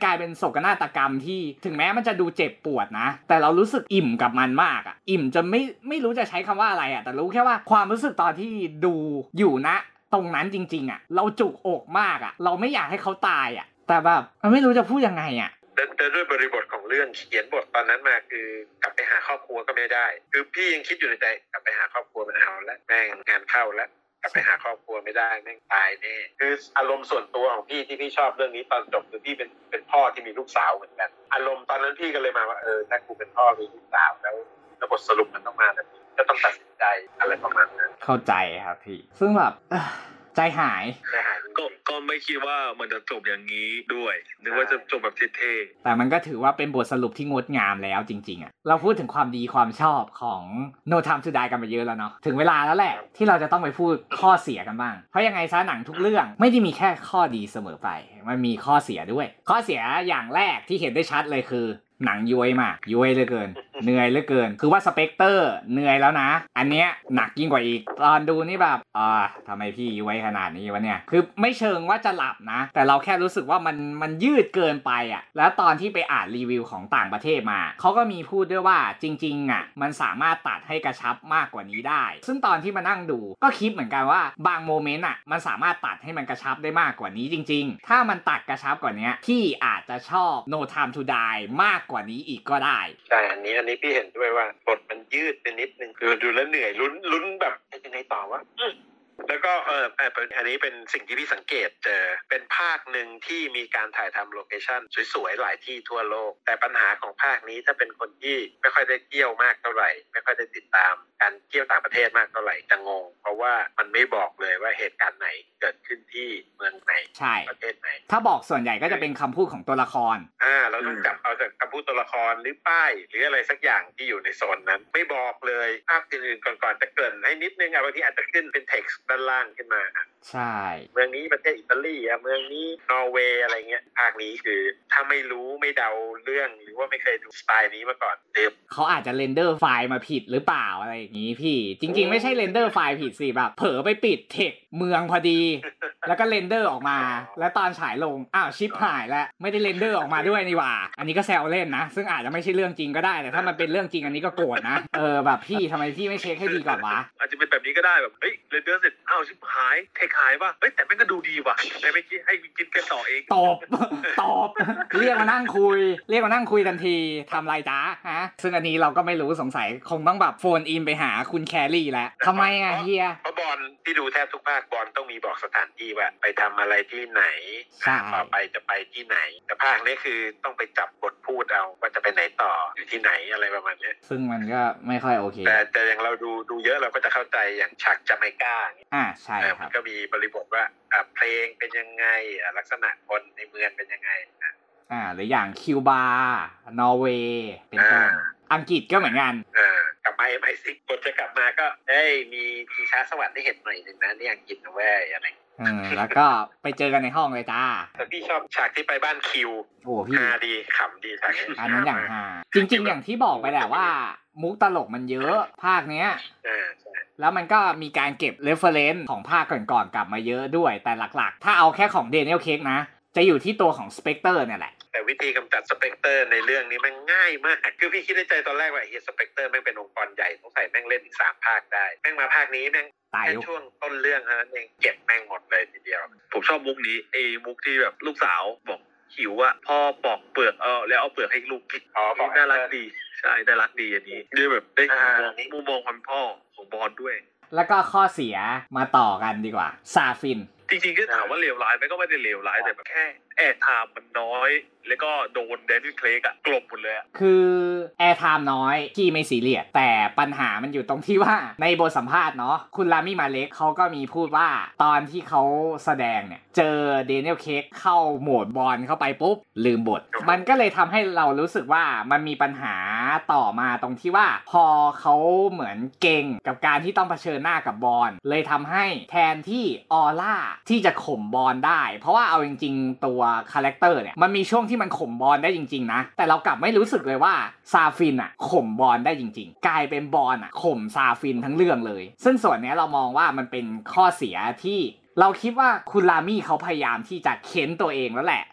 ศกนาฏกรรมที่ถึงแม้มันจะดูเจ็บปวดนะแต่เรารู้สึกอิ่มกับมันมากอ่ะอิ่มจนไม่ไม่รู้จะใช้คำว่าอะไรอ่ะแต่รู้แค่ว่าความรู้สึกตอนที่ดูอยู่นะตรงนั้นจริงๆอ่ะเราจุกอกมากอ่ะเราไม่อยากให้เขาตายอ่ะแต่แบบไม่รู้จะพูดยังไงอ่ะแต่ด้วยบริบทของเรื่องเขียนบทตอนนั้นมาคือกลับไปหาครอบครัวก็ไม่ได้คือพี่ยังคิดอยู่ในใจกลับไปหาครอบครัวมันเอาแล้วแม่งงานเข้าแล้วกลับไปหาครอบครัวไม่ได้แม่งตายแน่คืออารมณ์ส่วนตัวของพี่ที่พี่ชอบเรื่องนี้ตอนจบคือพี่เป็นเป็นพ่อที่มีลูกสาวเหมือนกันอารมณ์ตอนนั้นพี่ก็เลยมาว่าเออถ้ากูเป็นพ่อมีลูกสาวแล้วแล้วบทสรุปมันต้องมาแบบนี้ก็ต้องตัดสินใจอะไรประมาณนั้นเข้าใจครับพี่ซึ่งแบบใจหายใจหายก็ก็ไม่คิดว่ามันจะจบอย่างนี้ด้วยนึกว่าจะจบแบบเท่ๆแต่มันก็ถือว่าเป็นบทสรุปที่งดงามแล้วจริงๆอ่ะเราพูดถึงความดีความชอบของ No Time to Die กันมาเยอะแล้วเนาะถึงเวลาแล้วแหละที่เราจะต้องไปพูดข้อเสียกันบ้างเพราะยังไงซะหนังทุกเรื่องไม่ได้มีแค่ข้อดีเสมอไปมันมีข้อเสียด้วยข้อเสียอย่างแรกที่เห็นได้ชัดเลยคือหนังย้วยมากย้วยเหลือเกินเหนื่อยเหลือเกินคือว่าสเปกเตอร์เหนื่อยแล้วนะอันเนี้ยหนักยิ่งกว่าอีกตอนดูนี่แบบอ่าทำไมพี่ย้วยขนาดนี้วะเนี่ยคือไม่เชิงว่าจะหลับนะแต่เราแค่รู้สึกว่ามันมันยืดเกินไปอ่ะแล้วตอนที่ไปอ่านรีวิวของต่างประเทศมาเขาก็มีพูดด้วยว่าจริงๆอ่ะมันสามารถตัดให้กระชับมากกว่านี้ได้ซึ่งตอนที่มานั่งดูก็คิดเหมือนกันว่าบางโมเมนต์อ่ะมันสามารถตัดให้มันกระชับได้มากกว่านี้จริงๆถ้ามันตัดกระชับกว่านี้พี่อาจจะชอบ No Time to Die มากกว่านี้อีกก็ได้ใช่อันนี้อันนี้พี่เห็นด้วยว่าบทมันยืดไปนิดนึงคือดูแล้วเหนื่อยลุ้นลุ้นแบบยังไงต่อวะแล้วก็เอออันนี้เป็นสิ่งที่พี่สังเกตเจอเป็นภาคหนึ่งที่มีการถ่ายทำโลเคชั่นสวยๆหลายที่ทั่วโลกแต่ปัญหาของภาคนี้ถ้าเป็นคนที่ไม่ค่อยได้เที่ยวมากเท่าไหร่ไม่ค่อยได้ติดตามการเที่ยวต่างประเทศมากเท่าไหร่จะงงเพราะว่ามันไม่บอกเลยว่าเหตุการณ์ไหนเกิดขึ้นที่เมืองไหนประเทศไหนถ้าบอกส่วนใหญ่ก็จะเป็นคำพูดของตัวละครอ่าเราต้องจับเอาจากคำพูดตัวละครหรือป้ายหรืออะไรสักอย่างที่อยู่ในโซนนั้นไม่บอกเลยภาคอื่นๆก่อนๆจะเกริ่นให้นิดนึงอ่ะบางทีอาจจะขึ้นเป็นเท็กซ์ด้านล่างขึ้นมาใช่เมืองนี้ประเทศอิตาลีอ่ะเมืองนี้นอร์เวย์อะไรเงี้ยภาคนี้คือถ้าไม่รู้ไม่เดาเรื่องหรือว่าไม่เคยดูสไตล์นี้มาก่อนเดิมเขาอาจจะเรนเดอร์ไฟล์มาผิดหรือเปล่าอะไรอย่างงี้พี่จริงๆไม่ใช่เรนเดอร์ไฟล์ผิดสิแบบเผลอไปปิดเทคเมืองพอดีแล้วก็เรนเดอร์ออกมาแล้วตอนฉายลงอ้าวชิปหายแล้วไม่ได้เรนเดอร์ออกมาด้วยนี่หว่าอันนี้ก็แซวเล่นนะซึ่งอาจจะไม่ใช่เรื่องจริงก็ได้แต่ถ้ามันเป็นเรื่องจริงอันนี้ก็โกรธนะเออแบบพี่ทำไมพี่ไม่เช็คให้ดีก่อนวะอาจจะเป็นแบบนี้ก็ได้แบบเฮ้ยเรนเดอร์เสร็จอ้าวชิปหายเทคหายป่ะเฮ้ยแต่แม่งก็ดูดีว่ะแต่ไม่คิดให้กินกันต่อเองตบตบเรียกมานั่งคุยเรียกมานั่งคุยทันทีทำไรจ้าฮะซึ่งอันนี้เราก็ไม่รู้สงสัยคงต้องแบบโฟนอินไปหาคุณแครี่แล้วทำไมอ่ะเฮียเพราะบอลที่ดูแทบทุกภาคบอลต้องมีบอกสถานที่ว่าไปทำอะไรที่ไหนต่อไปจะไปที่ไหนแต่ภาคนี้คือต้องไปจับบทพูดเอาว่าจะไปไหนต่ออยู่ที่ไหนอะไรประมาณนี้ซึ่งมันก็ไม่ค่อยโอเคแต่แต่อย่างเราดูดูเยอะเราก็จะเข้าใจอย่างฉากจาเมกาอ่าใช่ครับมันก็มีบริบทว่าเพลงเป็นยังไงลักษณะคนในเมืองเป็นยังไงอ่าหรืออย่างคิวบานอร์เวย์เป็นต้นอังกฤษก็เหมือนกันอ่ากลับมา เอ็ม ไอ ซิกซ์ บทจะกลับมาก็เอ้ยมีทีช้าสวรรค์ได้เห็นหน่อยนึงนะนี่อังกฤษนะเว้ยอะไรอืมแล้วก็ไปเจอกันในห้องเลยจ้าแต่พี่ชอบฉากที่ไปบ้านคิวโอ้พี่ฮาดีขำดีฉากนี้อันนั้นอย่างฮาจริงๆอย่างที่บอกไปแหละว่ามุกตลกมันเยอะภาคเนี้ยอ่าใช่แล้วมันก็มีการเก็บเรฟเฟอเรนซ์ของภาคก่อนๆกลับมาเยอะด้วยแต่หลักๆถ้าเอาแค่ของ Daniel Craig นะจะอยู่ที่ตัวของ Spectre เนี่ยแหละแต่วิธีกำจัด Spectre ในเรื่องนี้มันง่ายมากคือพี่คิดในใจตอนแรกว่าเฮีย Spectre แม่งเป็นองค์กรใหญ่ต้องใส่แม่งเล่นอีกสามภาคได้แม่งมาภาคนี้แม่งแค่ช่วงต้นเรื่องเท่านั้นเองเก็บแม่งหมดเลยทีเดียวผมชอบมุกนี้ไอ้มุกที่แบบลูกสาวบอกหิวอ่ะพ่อปอกเปลือกเออแล้วเอาเปลือกให้ลูกกินอ๋อน่ารักดีใช่น่ารักดีอันนี้ด้วยแบบได้มุมมองความพ่อของบอลด้วยแล้วก็ข้อเสียมาต่อกันดีกว่าซาฟินจริงๆก็ถามว่าเลวร้ายไหมก็ไม่ได้เลวร้ายแต่แบบแค่แอร์ไทม์มันน้อยแล้วก็โดนแดนนี่เคลกอะกลบหมดเลยอะคือแอร์ไทม์น้อยที่ไม่ซีเรียสแต่ปัญหามันอยู่ตรงที่ว่าในบทสัมภาษณ์เนาะคุณรามิมาเล็กเขาก็มีพูดว่าตอนที่เขาแสดงเนี่ยเจอเดนิเอล เครกเข้าโหมดบอลเข้าไปปุ๊บลืมบทมันก็เลยทำให้เรารู้สึกว่ามันมีปัญหาต่อมาตรงที่ว่าพอเขาเหมือนเก่งกับการที่ต้องเผชิญหน้ากับบอลเลยทำให้แทนที่ออร่าที่จะข่มบอลได้เพราะว่าเอาจริงๆตัวคาแรคเตอร์เนี่ยมันมีช่วงที่มันข่มบอลได้จริงๆนะแต่เรากลับไม่รู้สึกเลยว่าซาฟินอ่ะข่มบอลได้จริงๆกลายเป็นบอลอ่ะข่มซาฟินทั้งเรื่องเลยซึ่งส่วนนี้เรามองว่ามันเป็นข้อเสียที่เราคิดว่าคุณรามี่เขาพยายามที่จะเค้นตัวเองแล้วแหละ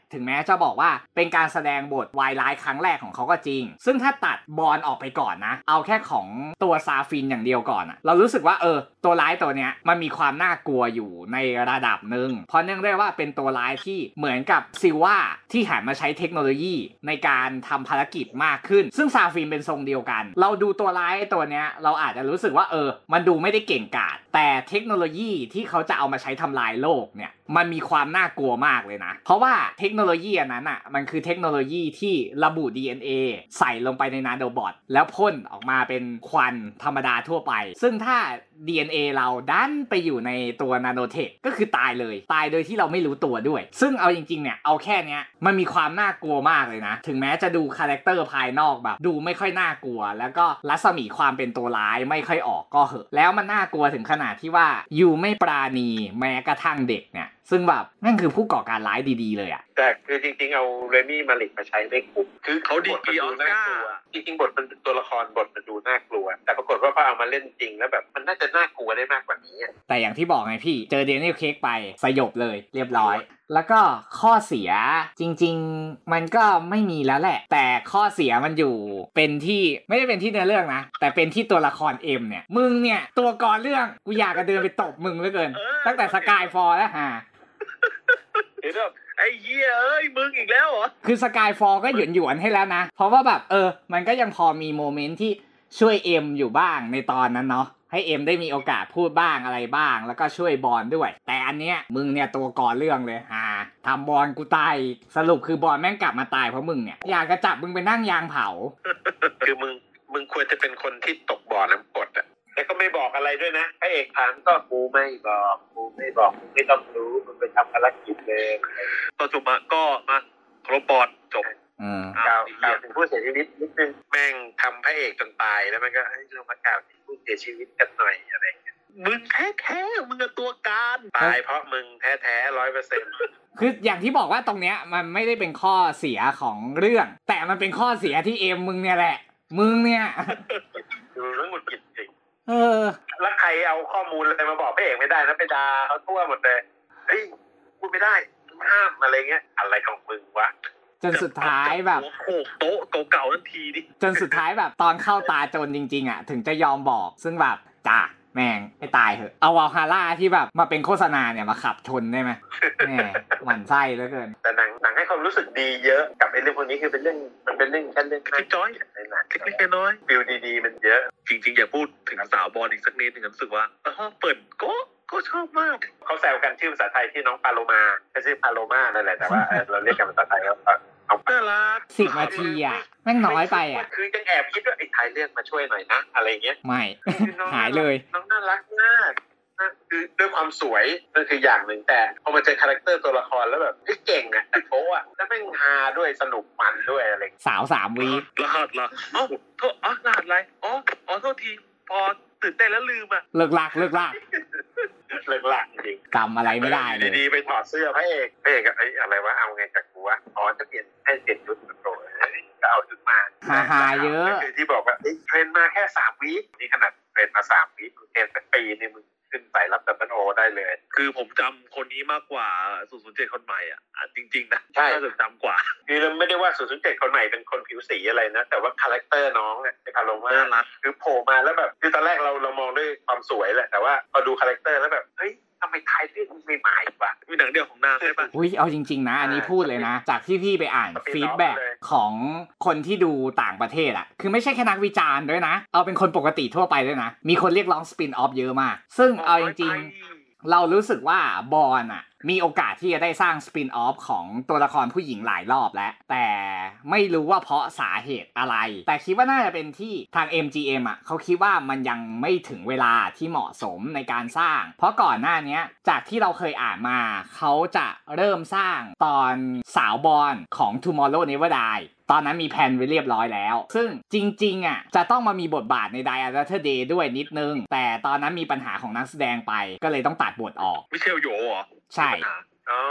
ถึงแม้จะบอกว่าเป็นการแสดงบทวายร้ายครั้งแรกของเขาก็จริงซึ่งถ้าตัดบอลออกไปก่อนนะเอาแค่ของตัวซาฟินอย่างเดียวก่อนอะเรารู้สึกว่าเออตัวร้ายตัวเนี้ยมันมีความน่ากลัวอยู่ในระดับหนึ่งเพราะเนื่องด้วยว่าเป็นตัวร้ายที่เหมือนกับซิลว่าที่หันมาใช้เทคโนโลยีในการทำภารกิจมากขึ้นซึ่งซาฟินเป็นทรงเดียวกันเราดูตัวร้ายตัวเนี้ยเราอาจจะรู้สึกว่าเออมันดูไม่ได้เก่งกาจแต่เทคโนโลยีที่เขาจะเอามาใช้ทำลายโลกเนี่ยมันมีความน่ากลัวมากเลยนะเพราะว่าเทคโนโลยีอันนั้นอ่ะมันคือเทคโนโลยีที่ระบุ ดี เอ็น เอ ใส่ลงไปในนาโนบอทแล้วพ่นออกมาเป็นควันธรรมดาทั่วไปซึ่งถ้า ดี เอ็น เอ เราดันไปอยู่ในตัวนาโนเทคก็คือตายเลยตายโดยที่เราไม่รู้ตัวด้วยซึ่งเอาจริงๆเนี่ยเอาแค่เนี้ยมันมีความน่ากลัวมากเลยนะถึงแม้จะดูคาแรคเตอร์ภายนอกแบบดูไม่ค่อยน่ากลัวแล้วก็รัศมีความเป็นตัวร้ายไม่ค่อยออกก็เหอะแล้วมันน่ากลัวถึงขนาดที่ว่าอยู่ไม่ปราณีแม้กระทั่งเด็กเนี่ยซึ่งแบบนั่นคือผู้ก่อการร้ายดีๆเลยอะแต่คือจริงๆเอาเรมี่มาลิกมาใช้ไม่คุ้มคือเขาดีกีออสการ์จริงๆบทมันตัวละครบทมันดูน่ากลัวแต่ปรากฏว่าพอเอามาเล่นจริงแล้วแบบมันน่าจะน่ากลัวได้มากกว่านี้แต่อย่างที่บอกไงพี่เจอเดนิเอลเค้กไปสยบเลยเรียบร้อยแล้วก็ข้อเสียจริงๆมันก็ไม่มีแล้วแหละแต่ข้อเสียมันอยู่เป็นที่ไม่ได้เป็นที่เนื้อเรื่องนะแต่เป็นที่ตัวละครเอ็มเนี่ยมึงเนี่ยตัวก่อเรื่องกูอยากจะเดินไปตบมึงเหลือเกินตั้งแต่สกายฟอลแล้วฮะเดี๋ยวไอ้เหี้ยเอ้ยมึงอีกแล้วเหรอคือสกายฟอลก็หยวนหยวนให้แล้วนะเพราะว่าแบบเออมันก็ยังพอมีโมเมนต์ที่ช่วยเอ็มอยู่บ้างในตอนนั้นเนาะให้เอ็มได้มีโอกาสพูดบ้างอะไรบ้างแล้วก็ช่วยบอลด้วยแต่อันเนี้ยมึงเนี่ยตัวก่อเรื่องเลยฮ่าทำบอลกูตายสรุปคือบอลแม่งกลับมาตายเพราะมึงเนี่ยอยากจะจับมึงไปนั่งยางเผาคือมึงมึงควรจะเป็นคนที่ตกบ่อน้ำกรดอะแล้วก็ไม่บอกอะไรด้วยนะพระเอกถามก็กูไม่บอกกูไม่บอกมึงไม่ต้องรู้มึงไปทำภารกิจเลยตอนจบมาก็มาครบบอลจบอืมกล่าวกล่าวถึงผู้เสียชีวิตนิดนึงแม่งทำพระเอกจนตายแล้วมันก็ให้เรามากล่าวถึงผู้เสียชีวิตกันหน่อยอะไรอย่างเงี้ยมึงแท้แท้มึงกับตัวการตายเพราะมึงแท้แท้ร้อยเปอร์เซ็นต์คืออย่างที่บอกว่าตรงเนี้ยมันไม่ได้เป็นข้อเสียของเรื่องแต่มันเป็นข้อเสียที่เอ็มมึงเนี่ยแหละมึงเนี่ยดูเรื่องหงุดหงิดจริงเออแล้วใครเอาข้อมูลอะไรมาบอกพระเอกไม่ได้นะไปด่าเขาทั่วหมดเลยเฮ้ยพูดไม่ได้ห้ามอะไรเงี้ยอะไรของมึงวะจนสุดท้ายแบบโขกโต๊ะเก่าๆทันทีดิจนสุดท้ายแบบตอนเข้าตาจนจริงๆอ่ะถึงจะยอมบอกซึ่งแบบจ้าแม่งให้ตายเถอะเอาวาลฮาร่าที่แบบมาเป็นโฆษณาเนี่ยมาขับชนได้ไหมแหมหมั่นไส้เหลือเกินแต่หนังหนังให้ความรู้สึกดีเยอะกับไอ้เรื่องพวกนี้คือเป็นเรื่องมันเป็นเรื่องแค่เรื่องคิดจ้อยเล็กๆน้อยฟิลดีๆมันเยอะจริงๆอย่าพูดถึงสาวบอลอีกสักนิดนึงรู้สึกว่าเออเปิดก็ก็ชอบมากเขาแซวกันชื่อภาษาไทยที่น้องปาโลมาไม่ใช่ปาโลมานั่นแหละแต่ว่าเราเรียกกันภาษาไทยครับน่ารักสิบนาทีอ่ะแม่งน้อยไปอ่ะคือยังแอบคิดว่าไอ้ไทยเรียกมาช่วยหน่อยนะอะไรเงี้ยไม่หายเลยน้องน่ารักมากคือด้วยความสวยนั่นคืออย่างหนึ่งแต่พอมาเจอคาแรคเตอร์ตัวละครแล้วแบบเก่งอ่ะโป๊ะแล้วแม่งฮาด้วยสนุกมันด้วยอะไรสาวสามวีรหัสเหรออ๋อโทษอ๋อรหัสอะไรอ๋ออ๋อโทษทีพอตื่นเต้นแล้วลืมอ่ะเลิกลักเลิกลักเลิกลักจริงจำอะไรไม่ได้เลยดีๆไปถอดเสื้อพระเอกพระเอกไอ้อะไรวะเอาไงกับกูวะอ๋อจะเปลี่ยนให้เปลี่ยนชุดโปรก็เอาชุดมาฮาๆเยอะคือที่บอกว่าเทรนมาแค่สามวีคนี่ขนาดเทรนมาสามวีคเทรนเป็นปีนี่มึงขึ้นไปรับดับเบิลโอได้เลยคือผมจำคนนี้มากกว่าศูนย์ศูนย์เจ็ดคนใหม่อ่ะจริงๆนะใช่น่าจะจำกว่าคือเราไม่ได้ว่าศูนย์ศูนย์เจ็ดคนใหม่เป็นคนผิวสีอะไรนะแต่ว่าคาแรคเตอร์น้องเนี่ยเป็นอารมณ์ว่าคือโผล่มาแล้วแบบคือตอนแรกเราเรามองด้วยความสวยแหละแต่ว่าพอดูคาแรคเตอร์แล้วแบบเฮ้ยทำไมไทยเรื่องไม่ใหม่วะมีหนังเดียวของนางใช่ปะอุ้ยเอาจริงๆนะอันนี้พูดเลยนะจากที่พี่ไปอ่านฟีดแบ็กของคนที่ดูต่างประเทศอ่ะคือไม่ใช่แค่นักวิจารณ์ด้วยนะเอาเป็นคนปกติทั่วไปด้วยนะมีคนเรียกร้องสปินออฟเยอะมากซึ่งเอาจริงๆเรารู้สึกว่าบอลอ่ะมีโอกาสที่จะได้สร้างสปินออฟของตัวละครผู้หญิงหลายรอบแล้วแต่ไม่รู้ว่าเพราะสาเหตุอะไรแต่คิดว่าน่าจะเป็นที่ทาง เอ็ม จี เอ็ม อ่ะเขาคิดว่ามันยังไม่ถึงเวลาที่เหมาะสมในการสร้างเพราะก่อนหน้านี้จากที่เราเคยอ่านมาเขาจะเริ่มสร้างตอนสาวบอลของ Tomorrow Never Die ตอนนั้นมีแผนไว้เรียบร้อยแล้วซึ่งจริงๆอ่ะจะต้องมามีบทบาทใน Die Another Day ด้วยนิดนึงแต่ตอนนั้นมีปัญหาของนักแสดงไปก็เลยต้องตัดบทออกมิเชลโยเหรอใช่อ๋อ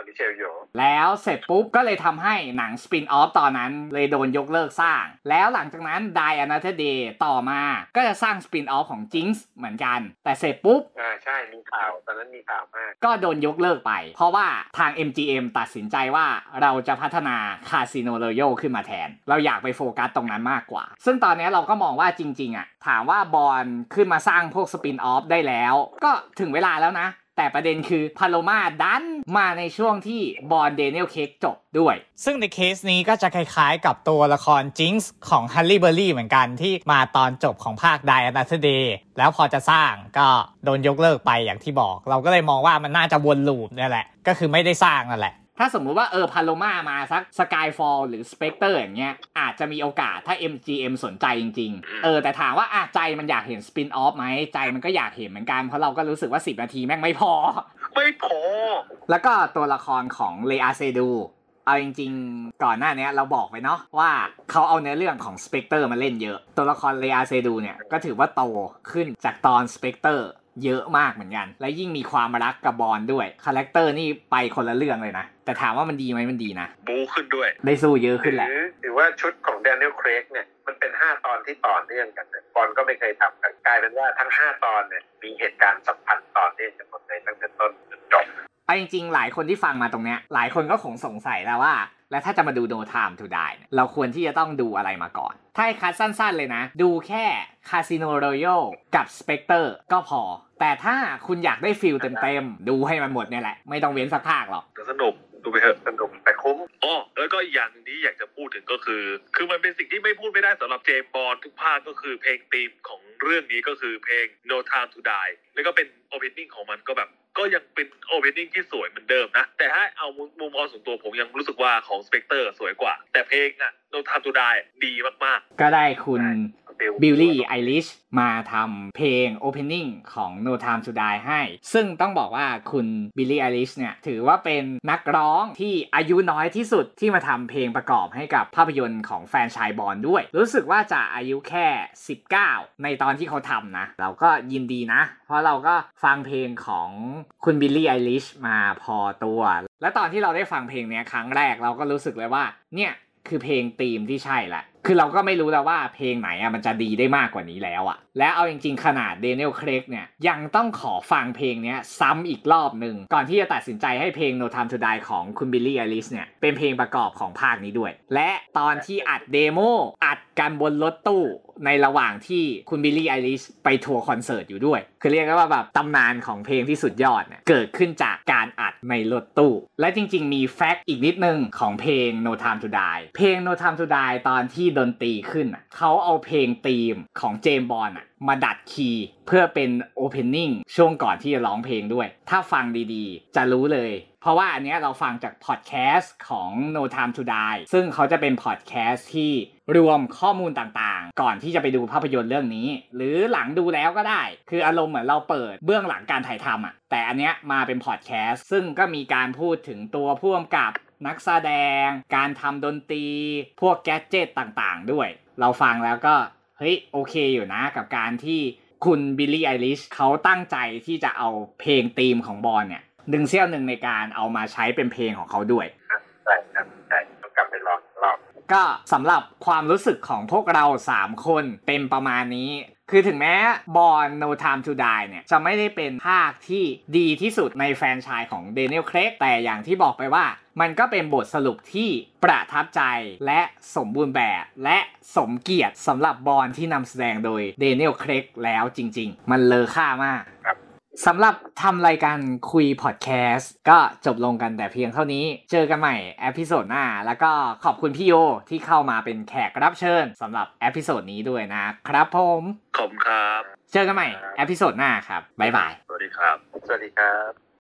มิเชลโยแล้วเสร็จปุ๊บก็เลยทำให้หนังสปินออฟตอนนั้นเลยโดนยกเลิกสร้างแล้วหลังจากนั้น Die Another Day ต่อมาก็จะสร้างสปินออฟของ Jinx เหมือนกันแต่เสร็จปุ๊บอ่าใช่มีข่าวตอนนั้นมีข่าวมากก็โดนยกเลิกไปเพราะว่าทาง เอ็ม จี เอ็ม ตัดสินใจว่าเราจะพัฒนา Casino Royale ขึ้นมาแทนเราอยากไปโฟกัสตรงนั้นมากกว่าซึ่งตอนนี้เราก็มองว่าจริงๆอ่ะถามว่าบอลขึ้นมาสร้างพวกสปินออฟได้แล้วก็ถึงเวลาแล้วนะแต่ประเด็นคือพาโลมาดันมาในช่วงที่บอลเดเนียลเค้กจบด้วยซึ่งในเคสนี้ก็จะคล้ายๆกับตัวละครจิงส์ของฮันลี่เบอร์รี่เหมือนกันที่มาตอนจบของภาค Die Another Day แล้วพอจะสร้างก็โดนยกเลิกไปอย่างที่บอกเราก็เลยมองว่ามันน่าจะวนลูปนี่แหละก็คือไม่ได้สร้างนั่นแหละถ้าสมมุติว่าเออพาโลมามาสัก Skyfall หรือ Spectre อย่างเงี้ยอาจจะมีโอกาสถ้า เอ็ม จี เอ็ม สนใจจริงๆเออแต่ถามว่าอ่ะใจมันอยากเห็นสปินออฟไหมใจมันก็อยากเห็นเหมือนกันเพราะเราก็รู้สึกว่าสิบนาทีแม่งไม่พอไม่พอแล้วก็ตัวละครของเลอาเซดูเอาจริงๆก่อนหน้านี้เราบอกไปเนาะว่าเขาเอาเนื้อเรื่องของ Spectre มาเล่นเยอะตัวละครเลอาเซดูเนี่ยก็ถือว่าโตขึ้นจากตอน Spectreเยอะมากเหมือนกันและยิ่งมีความรักกับบอลด้วยคาแรคเตอร์นี่ไปคนละเรื่องเลยนะแต่ถามว่ามันดีไหมมันดีนะบู๊ขึ้นด้วยได้สู้เยอะขึ้นแหละหรือว่าชุดของแดเนียลเครกเนี่ยมันเป็นห้าตอนที่ต่อเนื่องกันบอลก็ไม่เคยทำกันกลายเป็นว่าทั้งห้าตอนเนี่ยมีเหตุการณ์สัมพันธ์ต่อเนื่องกันหมดเลยตั้งแต่ต้นจนจบเอาจริงๆหลายคนที่ฟังมาตรงเนี้ยหลายคนก็คงสงสัยแล้วว่าแล้วถ้าจะมาดู No Time to Die เราควรที่จะต้องดูอะไรมาก่อนถ้าให้คัดสั้นๆเลยนะดูแค่ Casino Royale กับ Spectre ก็พอแต่ถ้าคุณอยากได้ฟีลเต็มๆดูให้มันหมดเนี่ยแหละไม่ต้องเว้นสักภาคหรอกสนุกดูไปเถอะสนุกแต่คุ้มอ๋อแล้วก็อีกอย่างนึงที่อยากจะพูดถึงก็คือคือมันเป็นสิ่งที่ไม่พูดไม่ได้สำหรับเจมส์บอนด์ทุกภาคก็คือเพลงธีมของเรื่องนี้ก็คือเพลง No Time to Die แล้วก็เป็น opening ของมันก็แบบก็ยังเป็น opening ที่สวยเหมือนเดิมนะแต่ถ้าเอามุมมองส่วนตัวผมยังรู้สึกว่าของ Spectre สวยกว่าแต่เพลงน่ะ No Time to Die ดีมากๆก็ได้คุณบิลลี่ไอริชมาทำเพลง opening ของ No Time to Die ให้ซึ่งต้องบอกว่าคุณบิลลี่ไอริชเนี่ยถือว่าเป็นนักร้องที่อายุน้อยที่สุดที่มาทำเพลงประกอบให้กับภาพยนตร์ของแฟนชายบอนด์ด้วยรู้สึกว่าจะอายุแค่สิบเก้าในตอนที่เขาทำนะเราก็ยินดีนะเพราะเราก็ฟังเพลงของคุณบิลลี่ไอริชมาพอตัวและตอนที่เราได้ฟังเพลงนี้ครั้งแรกเราก็รู้สึกเลยว่าเนี่ยคือเพลงธีมที่ใช่แหละคือเราก็ไม่รู้แล้วว่าเพลงไหนอ่ะมันจะดีได้มากกว่านี้แล้วอ่ะและเอาจริงๆขนาดเดเนียลเครกเนี่ยยังต้องขอฟังเพลงนี้ซ้ำอีกรอบนึงก่อนที่จะตัดสินใจให้เพลง No Time to Die ของคุณบิลลี่ไอริชเนี่ยเป็นเพลงประกอบของภาคนี้ด้วยและตอนที่อัดเดโมอัดกันบนรถตู้ในระหว่างที่คุณบิลลี่ไอริชไปทัวร์คอนเสิร์ตอยู่ด้วยคือเรียกว่าแบบตำนานของเพลงที่สุดยอดเนี่ยเกิดขึ้นจากการอัดในรถตู้และจริงๆมีแฟกต์อีกนิดนึงของเพลง No Time to Die เพลง No Time to Die ตอนที่ดนตรีขึ้นอ่ะเขาเอาเพลงธีมของเจมส์บอนด์อ่ะมาดัดคีย์เพื่อเป็น opening ช่วงก่อนที่จะร้องเพลงด้วยถ้าฟังดีๆจะรู้เลยเพราะว่าอันเนี้ยเราฟังจากพอดแคสต์ของ No Time to Die ซึ่งเขาจะเป็นพอดแคสต์ที่รวมข้อมูลต่างๆก่อนที่จะไปดูภาพยนตร์เรื่องนี้หรือหลังดูแล้วก็ได้คืออารมณ์เหมือนเราเปิดเบื้องหลังการถ่ายทำอ่ะแต่อันเนี้ยมาเป็นพอดแคสต์ซึ่งก็มีการพูดถึงตัวผู้กำกับนักแสดงการทำดนตรีพวกแกดเจ็ตต่างๆด้วยเราฟังแล้วก็เฮ้ยโอเคอยู่นะกับการที่คุณบิลลี่ไอริชเขาตั้งใจที่จะเอาเพลงธีมของบอนเนี่ยดึงเสี้ยวหนึ่งในการเอามาใช้เป็นเพลงของเขาด้วยใช่ครับใช่ต้องกลับไปลองลองก็สำหรับความรู้สึกของพวกเราสามคนเป็นประมาณนี้คือถึงแม้บอน No Time to Die เนี่ยจะไม่ได้เป็นภาคที่ดีที่สุดในแฟรนไชส์ของเดเนียลเครกแต่อย่างที่บอกไปว่ามันก็เป็นบทสรุปที่ประทับใจและสมบูรณ์แบบและสมเกียรติสำหรับบอนที่นำแสดงโดยเดเนียลเครกแล้วจริงๆมันเลอค่ามากสำหรับทำรายการคุยพอดแคสต์ก็จบลงกันแต่เพียงเท่านี้เจอกันใหม่เอพิโซดหน้าแล้วก็ขอบคุณพี่โยที่เข้ามาเป็นแขกรับเชิญสำหรับเอพิโซดนี้ด้วยนะครับผมขอบคุณครับเจอกันใหม่เอพิโซดหน้าครับบ๊ายบายสวัสดีครับสวัสดีครับ